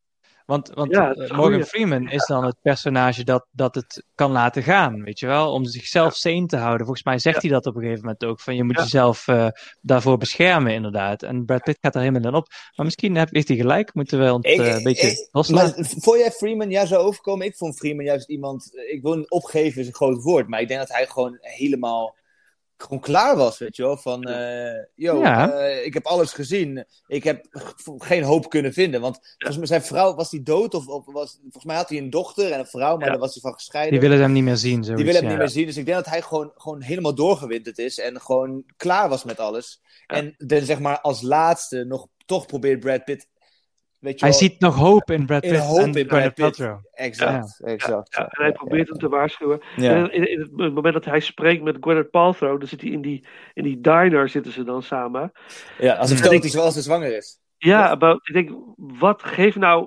Want, want Ja, dat is uh, een Morgan goeie. Freeman is dan het personage dat, dat het kan laten gaan, weet je wel? Om zichzelf sane te houden. Volgens mij zegt Ja. hij dat op een gegeven moment ook. Van je moet Ja. jezelf uh, daarvoor beschermen, inderdaad. En Brad Pitt gaat er helemaal in op. Maar misschien heb, heeft hij gelijk. Moeten we ons uh, een beetje ik, loslaten. Maar vond jij Freeman juist zo overkomen? Ik vond Freeman juist iemand... Ik wil niet opgeven is een groot woord. Maar ik denk dat hij gewoon helemaal... gewoon klaar was, weet je wel. Van, uh, yo, Ja. uh, ik heb alles gezien. Ik heb g- geen hoop kunnen vinden. Want volgens mij, zijn vrouw, was die dood? Of, of was, volgens mij had hij een dochter en een vrouw, maar Ja. daar was hij van gescheiden. Die willen hem niet meer zien, zoiets, Die willen hem ja. niet meer zien. Dus ik denk dat hij gewoon, gewoon helemaal doorgewinterd is. En gewoon klaar was met alles. Ja. En dan zeg maar als laatste nog toch probeert Brad Pitt... Weet je Hij wel, ziet nog hoop in Brad in Pitt hoop en in Brad Gwyneth Pitt. Paltrow. Exact, Ja. exact. Ja, en hij probeert hem te waarschuwen. Ja. En in, in het moment dat hij spreekt met Gwyneth Paltrow, dan zit hij in die, in die diner, zitten ze dan samen. Ja, als hij En vertelt ik- dat hij wel ze zwanger is. Ja, maar ik denk, wat geeft nou...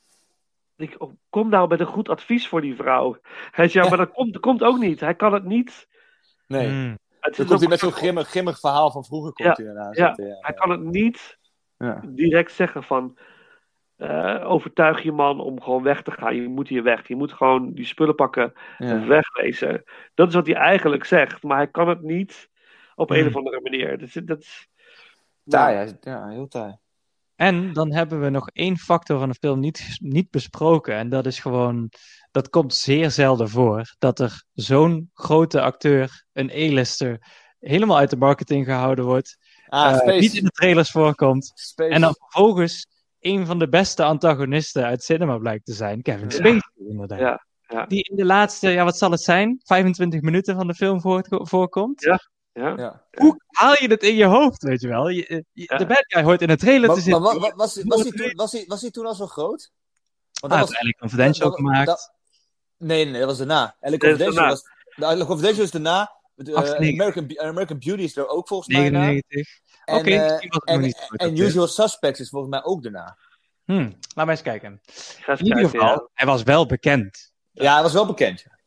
Ik denk, oh, kom nou met een goed advies voor die vrouw. Hij zegt, ja, maar dat komt, dat komt ook niet. Hij kan het niet... Nee. Mm. Het Dan is komt hij ook- met zo'n grimmig, grimmig verhaal van vroeger. Komt Ja, hij daarna ja, zitten, ja. hij kan het niet Ja. direct zeggen van... eh, overtuig je man om gewoon weg te gaan. Je moet hier weg. Je moet gewoon die spullen pakken Ja. en wegwezen. Dat is wat hij eigenlijk zegt. Maar hij kan het niet op een Hmm. of andere manier. Dat is... Dat is Taai, hij- ja, heel taai. En dan hebben we nog één factor van de film niet, niet besproken. En dat is gewoon, dat komt zeer zelden voor. Dat er zo'n grote acteur, een A-lister, helemaal uit de marketing gehouden wordt. Ah, uh, Space. niet in de trailers voorkomt. Space. En dan vervolgens een van de beste antagonisten uit cinema blijkt te zijn. Kevin Ja. Spacey, inderdaad. Ja, ja. Die in de laatste, ja wat zal het zijn? vijfentwintig minuten van de film voor, voorkomt. Ja, ja. Ja. Hoe haal je het in je hoofd, weet je wel? Je, je, Ja. De bad guy hoort in de trailer Maar, te zitten. maar wa- wa- was, was, hij toen, was, hij, was hij toen al zo groot? Want Ah, dat L A Confidential dat- gemaakt. dat- nee, nee, nee, dat was daarna. L A is Confidential daarna. was... De L A Confidential is daarna. Uh, achtentachtig. American, Be- American Beauty is er ook volgens mij na. negenennegentig. En, Oké, eh, misschien was het nog en, niet zo goed, en dat, eh. Usual Suspects is volgens mij ook daarna. Hmm, laat maar eens kijken. Ga eens In ieder kijken, geval, ja. hij was wel bekend. Ja, hij was wel bekend. Ja.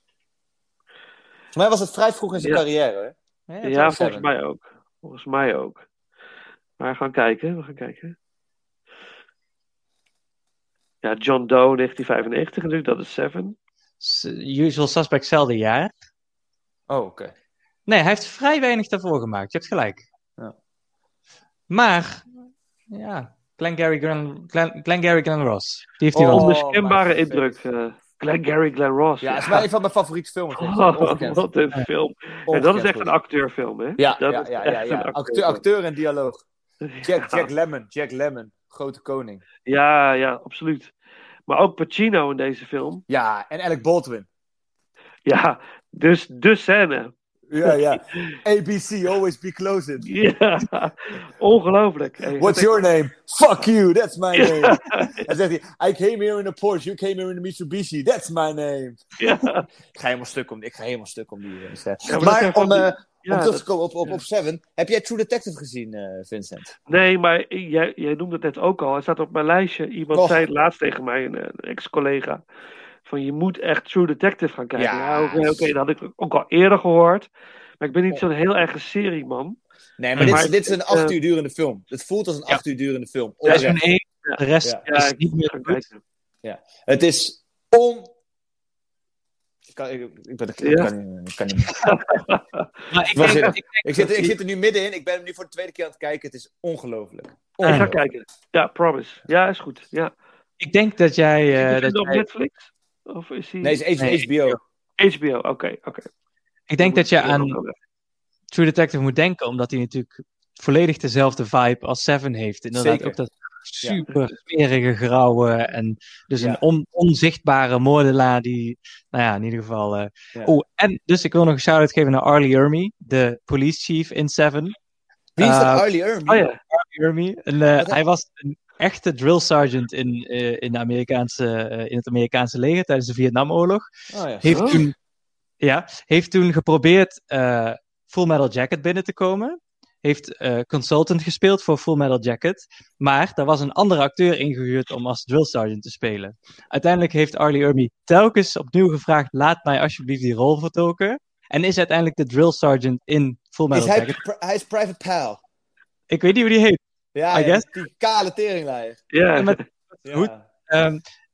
Volgens mij was het vrij vroeg in zijn Ja. carrière. Hoor. Ja, Ja, twaalf volgens zeven. mij ook. Volgens mij ook. Maar we gaan kijken, we gaan kijken. Ja, John Doe, negentien vijfennegentig natuurlijk, dat is Seven. S- Usual Suspect, hetzelfde jaar. Oh, oké. Nee, hij heeft vrij weinig daarvoor gemaakt. Je hebt gelijk. Ja. Maar, ja, Glengarry Glen, Glen, Glengarry Glen Ross. Die heeft hij Oh, wel. Onmiskenbare my indruk. uh, Glenn Gary, Glen Ross. Ja, het is wel een van mijn favoriete films. Oh, Ongekend. wat een film. En dat Ongekend is echt goed. een acteurfilm, hè? Ja, dat ja, is ja, echt ja, een ja. Acteur, acteurfilm. acteur en dialoog. Jack, Ja. Jack Lemmon, Jack Lemmon, grote koning. Ja, ja, absoluut. Maar ook Pacino in deze film. Ja, en Alec Baldwin. Ja, dus de scène. Ja, ja. A B C, always be closing. Ja, ongelooflijk. Hey, What's dat your name? Fuck you, that's my Ja. name. En zegt hij, I came here in a Porsche, you came here in a Mitsubishi, that's my name. Ja. Ik ga helemaal stuk om, ik ga helemaal stuk om die. Uh, scène. Ja, maar maar dat om, zijn uh, van die- ja, om terug dat- te komen op, op, op Seven, heb jij True Detective gezien, uh, Vincent? Nee, maar jij, jij noemde het net ook al. Hij staat op mijn lijstje. Iemand Och. zei het laatst tegen mij, een, een ex-collega. Van je moet echt True Detective gaan kijken. Ja. Ja, oké, oké, dat had ik ook al eerder gehoord. Maar ik ben niet zo'n heel erge serieman. Nee, maar dit, is, Maar dit is een het, acht uh, uur durende film. Het voelt als een acht uur durende film. Seizoen Oprecht. één, de rest Ja. Ja, is ik niet meer ga goed. kijken. Ja. Het is on... Ik kan, ik, ik ben ik, Ja. ik kan niet. Ik, kan niet. Maar ik Was denk, het- ik denk ik, zit, dat ik die- zit er nu middenin. Ik ben hem nu voor de tweede keer aan het kijken. Het is ongelooflijk. Ik ga Ongelooflijk. kijken. Ja, promise. Ja, is goed. Ja. ik denk dat jij... Is eh, hij dat op jij Netflix? Of is hij... Nee, het is H- Nee, H B O. H B O, oké, oké. ik denk dat je Ja, aan True Detective moet denken, omdat hij natuurlijk volledig dezelfde vibe als Seven heeft. Inderdaad, Zeker. ook dat super smerige grauwe en dus Ja. een on, onzichtbare moordenaar die, nou ja, in ieder geval... eh, Ja. Oh, en dus ik wil nog een shout-out geven naar Arlie Ermey, de police chief in Seven. Wie is dat? Uh, Arlie Ermey? Oh ja. Arlie Ermey. En, eh, Wat- hij was een echte drill sergeant in, eh, in, de Amerikaanse, eh, in het Amerikaanse leger tijdens de Vietnamoorlog. Oh, ja. Heeft, Oh. toen, ja, heeft toen geprobeerd eh, Full Metal Jacket binnen te komen. Heeft eh, consultant gespeeld voor Full Metal Jacket. Maar daar was een andere acteur ingehuurd om als drill sergeant te spelen. Uiteindelijk heeft Arlie Ermey telkens opnieuw gevraagd: laat mij alsjeblieft die rol vertolken. En is uiteindelijk de drill sergeant in Full Is Metal hij, Jacket. pri- hij is Private Pal. Ik weet niet hoe die heet. Ja, I ja, guess. die kale teringleier. Ja, Ja, maar Ja. Goed. Um,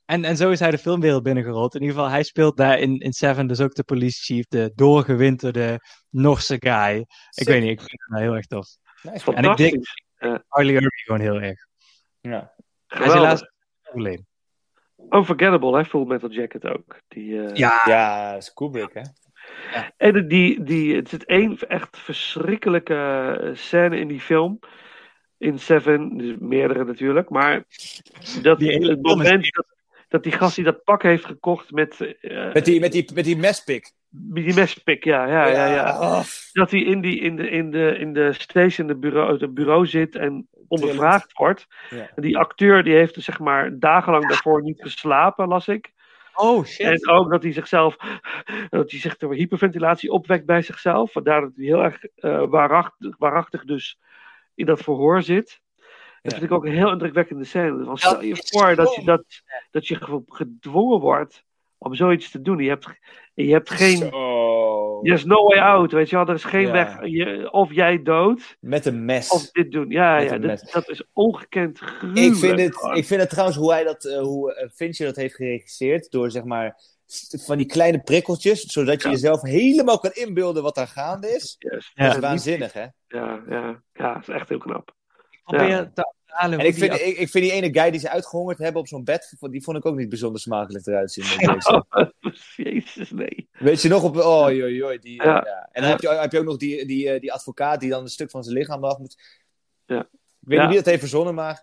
En, en zo is hij de filmwereld binnengerold. In ieder geval, hij speelt daar in, in Seven dus ook de police chief, de doorgewinterde Norse guy. Ik Sick. weet niet, ik vind hem heel erg tof. Nice, en ik denk uh, Harley Irving gewoon heel erg. Ja. Hij is helaas overleden. Unforgettable, hè, Full Metal Jacket ook. Die, uh... Ja, ja, dat is Kubrick, hè? Ja. En die, die, het zit één echt verschrikkelijke scène in die film. In Seven, dus meerdere natuurlijk. Maar dat, het moment dat, dat die gast die dat pak heeft gekocht met... Uh, met, die, met, die, met die mespik. Met die mespik, ja. ja, ja, ja, ja. Oh. Dat hij in, die, in, de, in, de, in de station, de bureau, het bureau zit en ondervraagd wordt. Ja. En die acteur die heeft dus zeg maar dagenlang daarvoor niet geslapen, las ik. Oh shit. En ook dat hij zichzelf, dat hij zich door hyperventilatie opwekt bij zichzelf. Vandaar dat hij heel erg uh, waarachtig, waarachtig dus in dat verhoor zit. Dat ja. vind ik ook een heel indrukwekkende scène. Want stel je voor dat je, dat, dat je gedwongen wordt om zoiets te doen. Je hebt, je hebt geen... Zo. There's no way out, weet je wel. Er is geen ja. weg. Je, of jij dood. Met een mes. Of dit doen. Ja, ja dat, dat is ongekend gruwelijk. Ik vind het, ik vind het trouwens hoe hij dat, uh, hoe uh, Fincher dat heeft geregisseerd. Door zeg maar van die kleine prikkeltjes. Zodat je ja. jezelf helemaal kan inbeelden wat daar gaande is. Yes. Dat ja. is waanzinnig, hè? Ja, ja, ja, dat is echt heel knap. Probeer ja. te halen. En ik vind, die... ik, ik vind die ene guy die ze uitgehongerd hebben op zo'n bed, die vond ik ook niet bijzonder smakelijk eruit zien. Oh, Jezus, nee. Weet je nog op... Oh, joi, joi. Die, ja. Ja. En dan heb je, heb je ook nog die, die, die advocaat die dan een stuk van zijn lichaam af moet. Ja. Ik weet ja. niet wie dat heeft verzonnen, maar...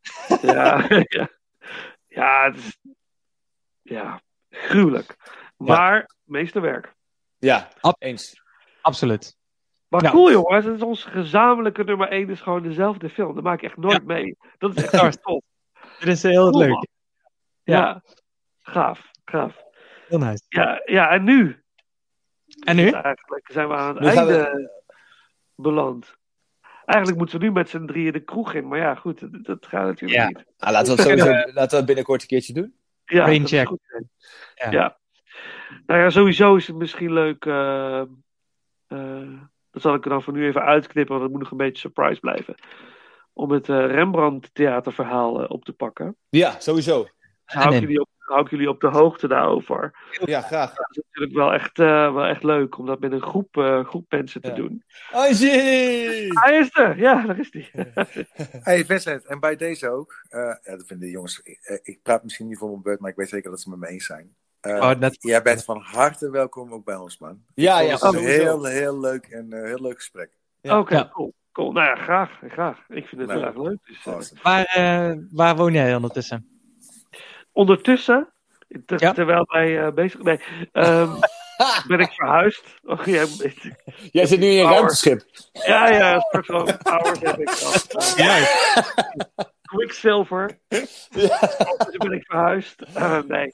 Ja, ja. Ja, het is... Ja, gruwelijk. Maar, ja. meesterwerk. Ja, Ab- eens. Absoluut. Maar ja. cool jongens, het is ons gezamenlijke nummer één is gewoon dezelfde film. Dat maak ik echt nooit ja. mee. Dat is echt heel tof. Dit is heel cool, leuk. Man. Ja. ja, gaaf, gaaf. Heel nice. Ja, ja, en nu? En nu? Dus eigenlijk zijn we aan het nu einde we... beland. Eigenlijk moeten we nu met z'n drieën de kroeg in, maar ja, goed, dat, dat gaat natuurlijk ja. niet. Ah, laten we het sowieso laten we het binnenkort een keertje doen. Ja, Brain dat check. is goed. Ja. ja. Nou ja, sowieso is het misschien leuk... Uh, uh, dat zal ik er dan voor nu even uitknippen, want het moet nog een beetje surprise blijven. Om het uh, Rembrandt theaterverhaal uh, op te pakken. Ja, sowieso. Dus hou, ik jullie op, hou ik jullie op de hoogte daarover. Ja, graag. Dat is natuurlijk wel echt, uh, wel echt leuk om dat met een groep, uh, groep mensen te ja. doen. Oh, jee! Hij is er! Ja, daar is hij. Hey Vincent, en bij deze ook. Uh, ja, dat vinden de jongens... Ik, ik praat misschien niet voor mijn beurt, maar ik weet zeker dat ze het met me eens zijn. Uh, oh, dat... Jij bent van harte welkom ook bij ons, man. Ja, ja. Het is een heel, heel leuk en uh, heel leuk gesprek. Ja. Oké, okay, ja. cool. cool. Nou ja, graag. graag. Ik vind het nou, heel erg leuk. Dus, awesome. waar, uh, waar woon jij ondertussen? Ondertussen? Ter, ja. Terwijl wij uh, bezig zijn. Nee, um, ben ik verhuisd. Oh, jij, jij zit nu in je ruimteschip. Ja, ja. Straks wel Powers heb ik al. Ja. Quicksilver. Ja. Dus ben ik verhuisd. Uh, nee.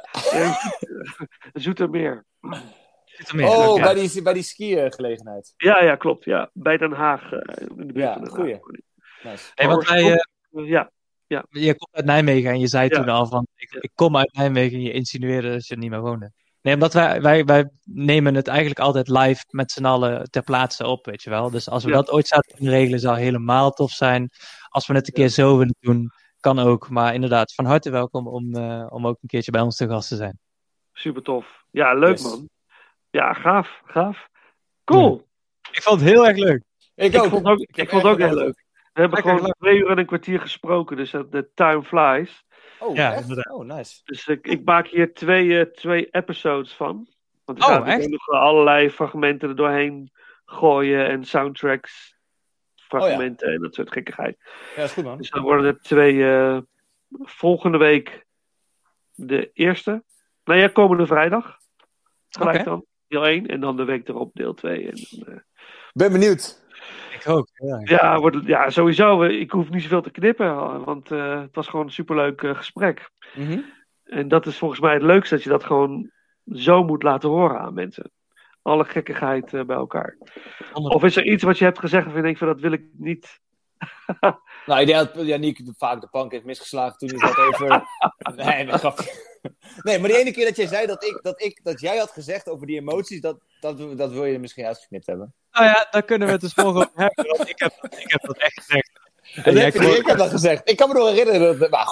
Zoetermeer. Zoetermeer. Oh, ja. bij die, bij die ski-gelegenheid. Ja, ja, klopt. Ja. Bij Den Haag. Uh, in de ja, goeie. Nice. Nee, want wij, uh, ja. Ja. Je komt uit Nijmegen en je zei ja. toen al van, ik, ik kom uit Nijmegen en je insinueerde dat je er niet meer woonde. Nee, omdat wij, wij, wij nemen het eigenlijk altijd live met z'n allen ter plaatse op, weet je wel. Dus als we ja. dat ooit zouden kunnen regelen, zou helemaal tof zijn. Als we het een keer zo willen doen, kan ook. Maar inderdaad, van harte welkom om, uh, om ook een keertje bij ons te gast te zijn. Super tof. Ja, leuk yes. man. Ja, gaaf, gaaf. Cool. Ja. Ik vond het heel erg leuk. Ik, ik ook. Vond, ook, ik, ik vond het ook heel leuk. We hebben Lekker gewoon leuk. twee uur en een kwartier gesproken, dus de time flies. Oh, ja, echt? Oh, nice. Dus ik, ik maak hier twee, uh, twee episodes van. Want er gaan oh, nog allerlei fragmenten er doorheen gooien en soundtracks, fragmenten oh, ja. en dat soort gekkigheid. Ja, dat is goed man. Dus dan worden er twee uh, volgende week de eerste. Nou ja, komende vrijdag. Gelijk okay. dan, deel één. En dan de week erop deel twee. En dan, uh... ben benieuwd. Ik ook. Ja, ja, wordt, ja, sowieso. Ik hoef niet zoveel te knippen, want uh, het was gewoon een superleuk uh, gesprek. Mm-hmm. En dat is volgens mij het leukste, dat je dat gewoon zo moet laten horen aan mensen. Alle gekkigheid uh, bij elkaar. Onder... Of is er iets wat je hebt gezegd of je denkt van dat wil ik niet... Nou, ik denk dat Yannick vaak de plank heeft misgeslagen toen hij dat over... nee, nee, grapje. Nee, maar die ene keer dat jij zei dat, ik, dat, ik, dat jij had gezegd over die emoties, dat, dat, dat wil je misschien uitgeknipt hebben. Nou ja, daar kunnen we het dus volgende over hebben, want ik heb, ik heb dat echt gezegd. Dat heb je, ik heb dat gezegd. Ik kan me nog herinneren dat... Maar goed,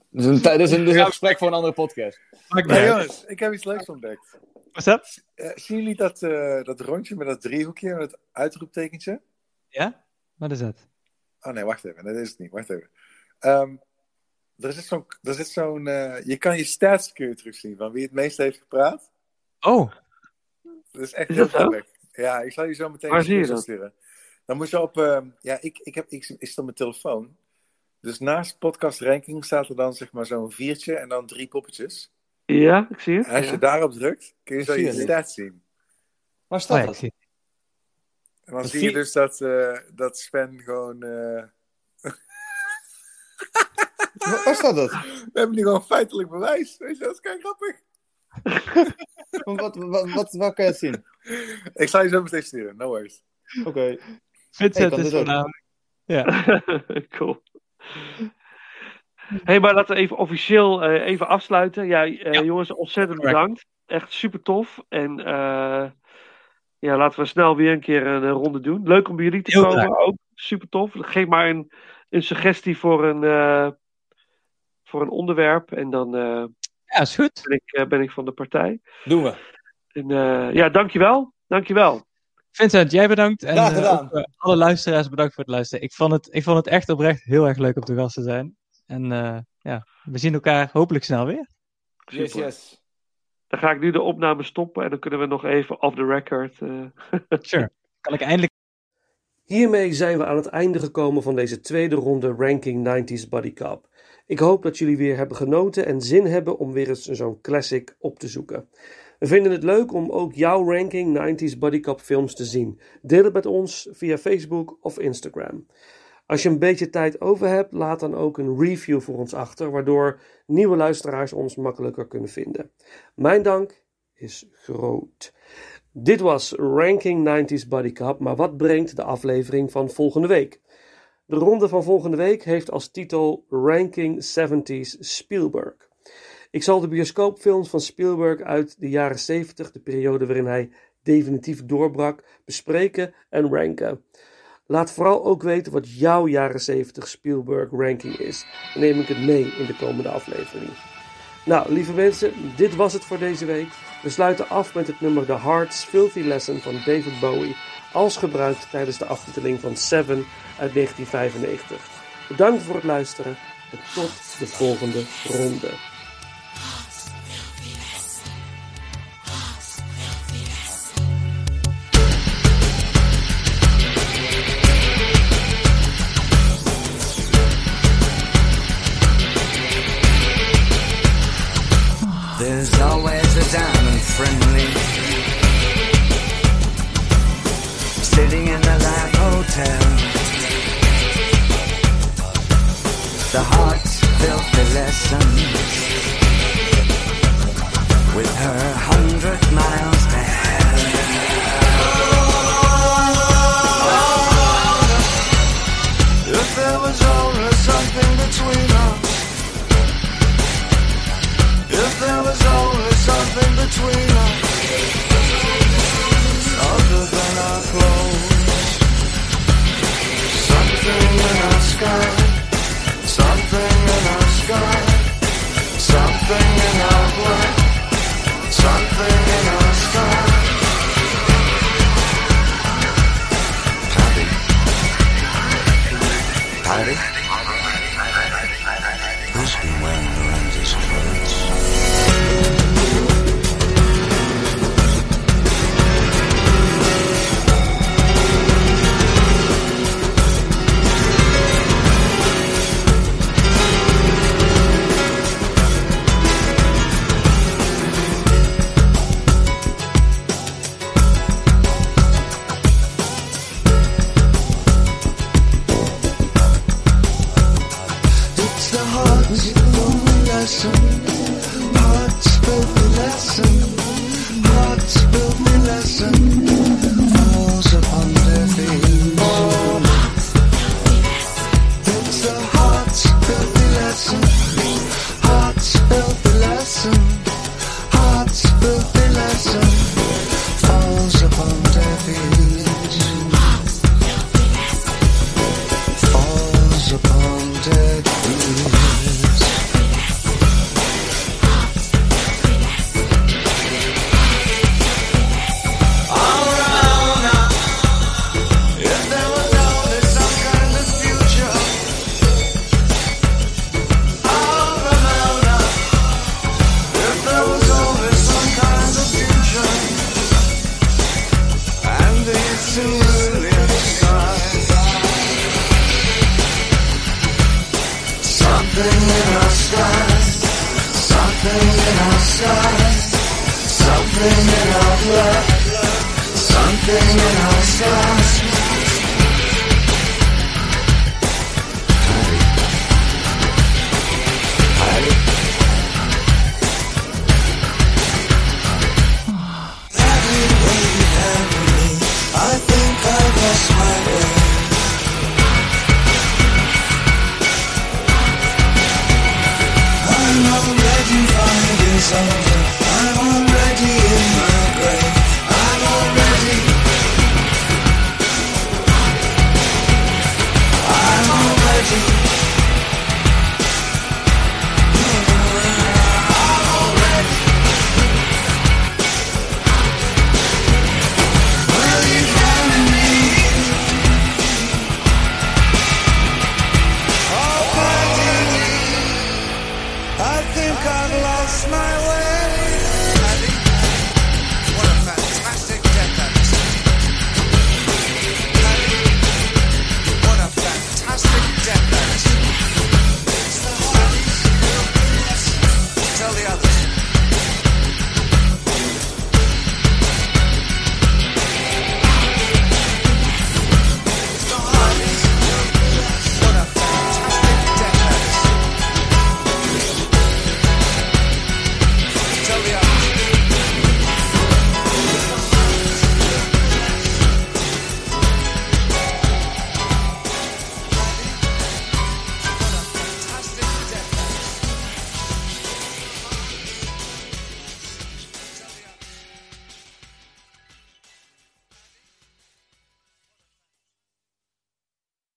Dit is een, dit is een, dit is een gesprek voor een andere podcast. Hey, jongens, ik heb iets leuks ontdekt. What's dat? Uh, zien jullie dat, uh, dat rondje met dat driehoekje met dat uitroeptekentje? Ja? Wat is dat? Oh nee, wacht even. Dat is het niet. Wacht even. Um, er zit zo'n... Er zit zo'n uh, je kan je stats kun je terugzien van wie het meest heeft gepraat. Oh. Dat is echt heel grappig. Ja, ik zal je zo meteen Waar zie je dat? sturen. Dan moet je op... Uh, ja, ik, ik heb... Ik, ik zit op mijn telefoon. Dus naast podcast ranking staat er dan zeg maar zo'n viertje en dan drie poppetjes. Ja, ik zie het. En als je ja. daarop drukt, kun je zo je stats zien. Waar staat oh, dat? Ja, en dan zie je dus dat, uh, dat Sven gewoon... Uh... Waar staat dat? We hebben nu gewoon feitelijk bewijs. Weet je, dat is kei grappig. wat, wat, wat, waar kan je het zien? Ik zal je zo meteen sturen, no worries. Oké. Okay. Vincent hey, is voornamelijk. Ja. Cool. Hey, maar laten we even officieel uh, even afsluiten. Ja, uh, ja. jongens, ontzettend bedankt. Echt super tof. En uh, ja, laten we snel weer een keer een, een ronde doen. Leuk om bij jullie te Heel komen. Graag. Ook super tof. Geef maar een, een suggestie voor een, uh, voor een onderwerp. En dan uh, ja, is goed. Ben, ik, uh, ben ik van de partij. Doen we. En, uh, ja, dankjewel. Dankjewel. Vincent, jij bedankt. En Graag gedaan. Uh, ook, uh, alle luisteraars bedankt voor het luisteren. Ik vond het, ik vond het echt oprecht heel erg leuk om te gast te zijn. En uh, ja, we zien elkaar hopelijk snel weer. Yes, yes. Dan ga ik nu de opname stoppen en dan kunnen we nog even off the record. Uh... Sure. Kan ik eindelijk... Hiermee zijn we aan het einde gekomen van deze tweede ronde Ranking nineties Buddy Cop. Ik hoop dat jullie weer hebben genoten en zin hebben om weer eens zo'n classic op te zoeken. We vinden het leuk om ook jouw ranking nineties Buddy Cop films te zien. Deel het met ons via Facebook of Instagram. Als je een beetje tijd over hebt, laat dan ook een review voor ons achter, waardoor nieuwe luisteraars ons makkelijker kunnen vinden. Mijn dank is groot. Dit was Ranking nineties Buddy Cop, maar wat brengt de aflevering van volgende week? De ronde van volgende week heeft als titel Ranking seventies Spielberg. Ik zal de bioscoopfilms van Spielberg uit de jaren zeventig, de periode waarin hij definitief doorbrak, bespreken en ranken. Laat vooral ook weten wat jouw jaren zeventig Spielberg ranking is. Dan neem ik het mee in de komende aflevering. Nou, lieve mensen, dit was het voor deze week. We sluiten af met het nummer The Heart's Filthy Lesson van David Bowie, als gebruikt tijdens de aftiteling van Seven uit negentien vijfennegentig. Bedankt voor het luisteren en tot de volgende ronde. There's always a diamond friendly sitting in the Live Hotel. The heart's filthy lessons with her hundred miles to hell. If there was only something between us, if there was only something between us, other than our clothes, something in our sky, something in our sky, something in our blood, something in our sky. Patty, Patty, who's been wearing Miranda's clothes? Falls upon dead leaves. our stars, something in our blood, something in our stars. I think I lost my way. I'm already finding something.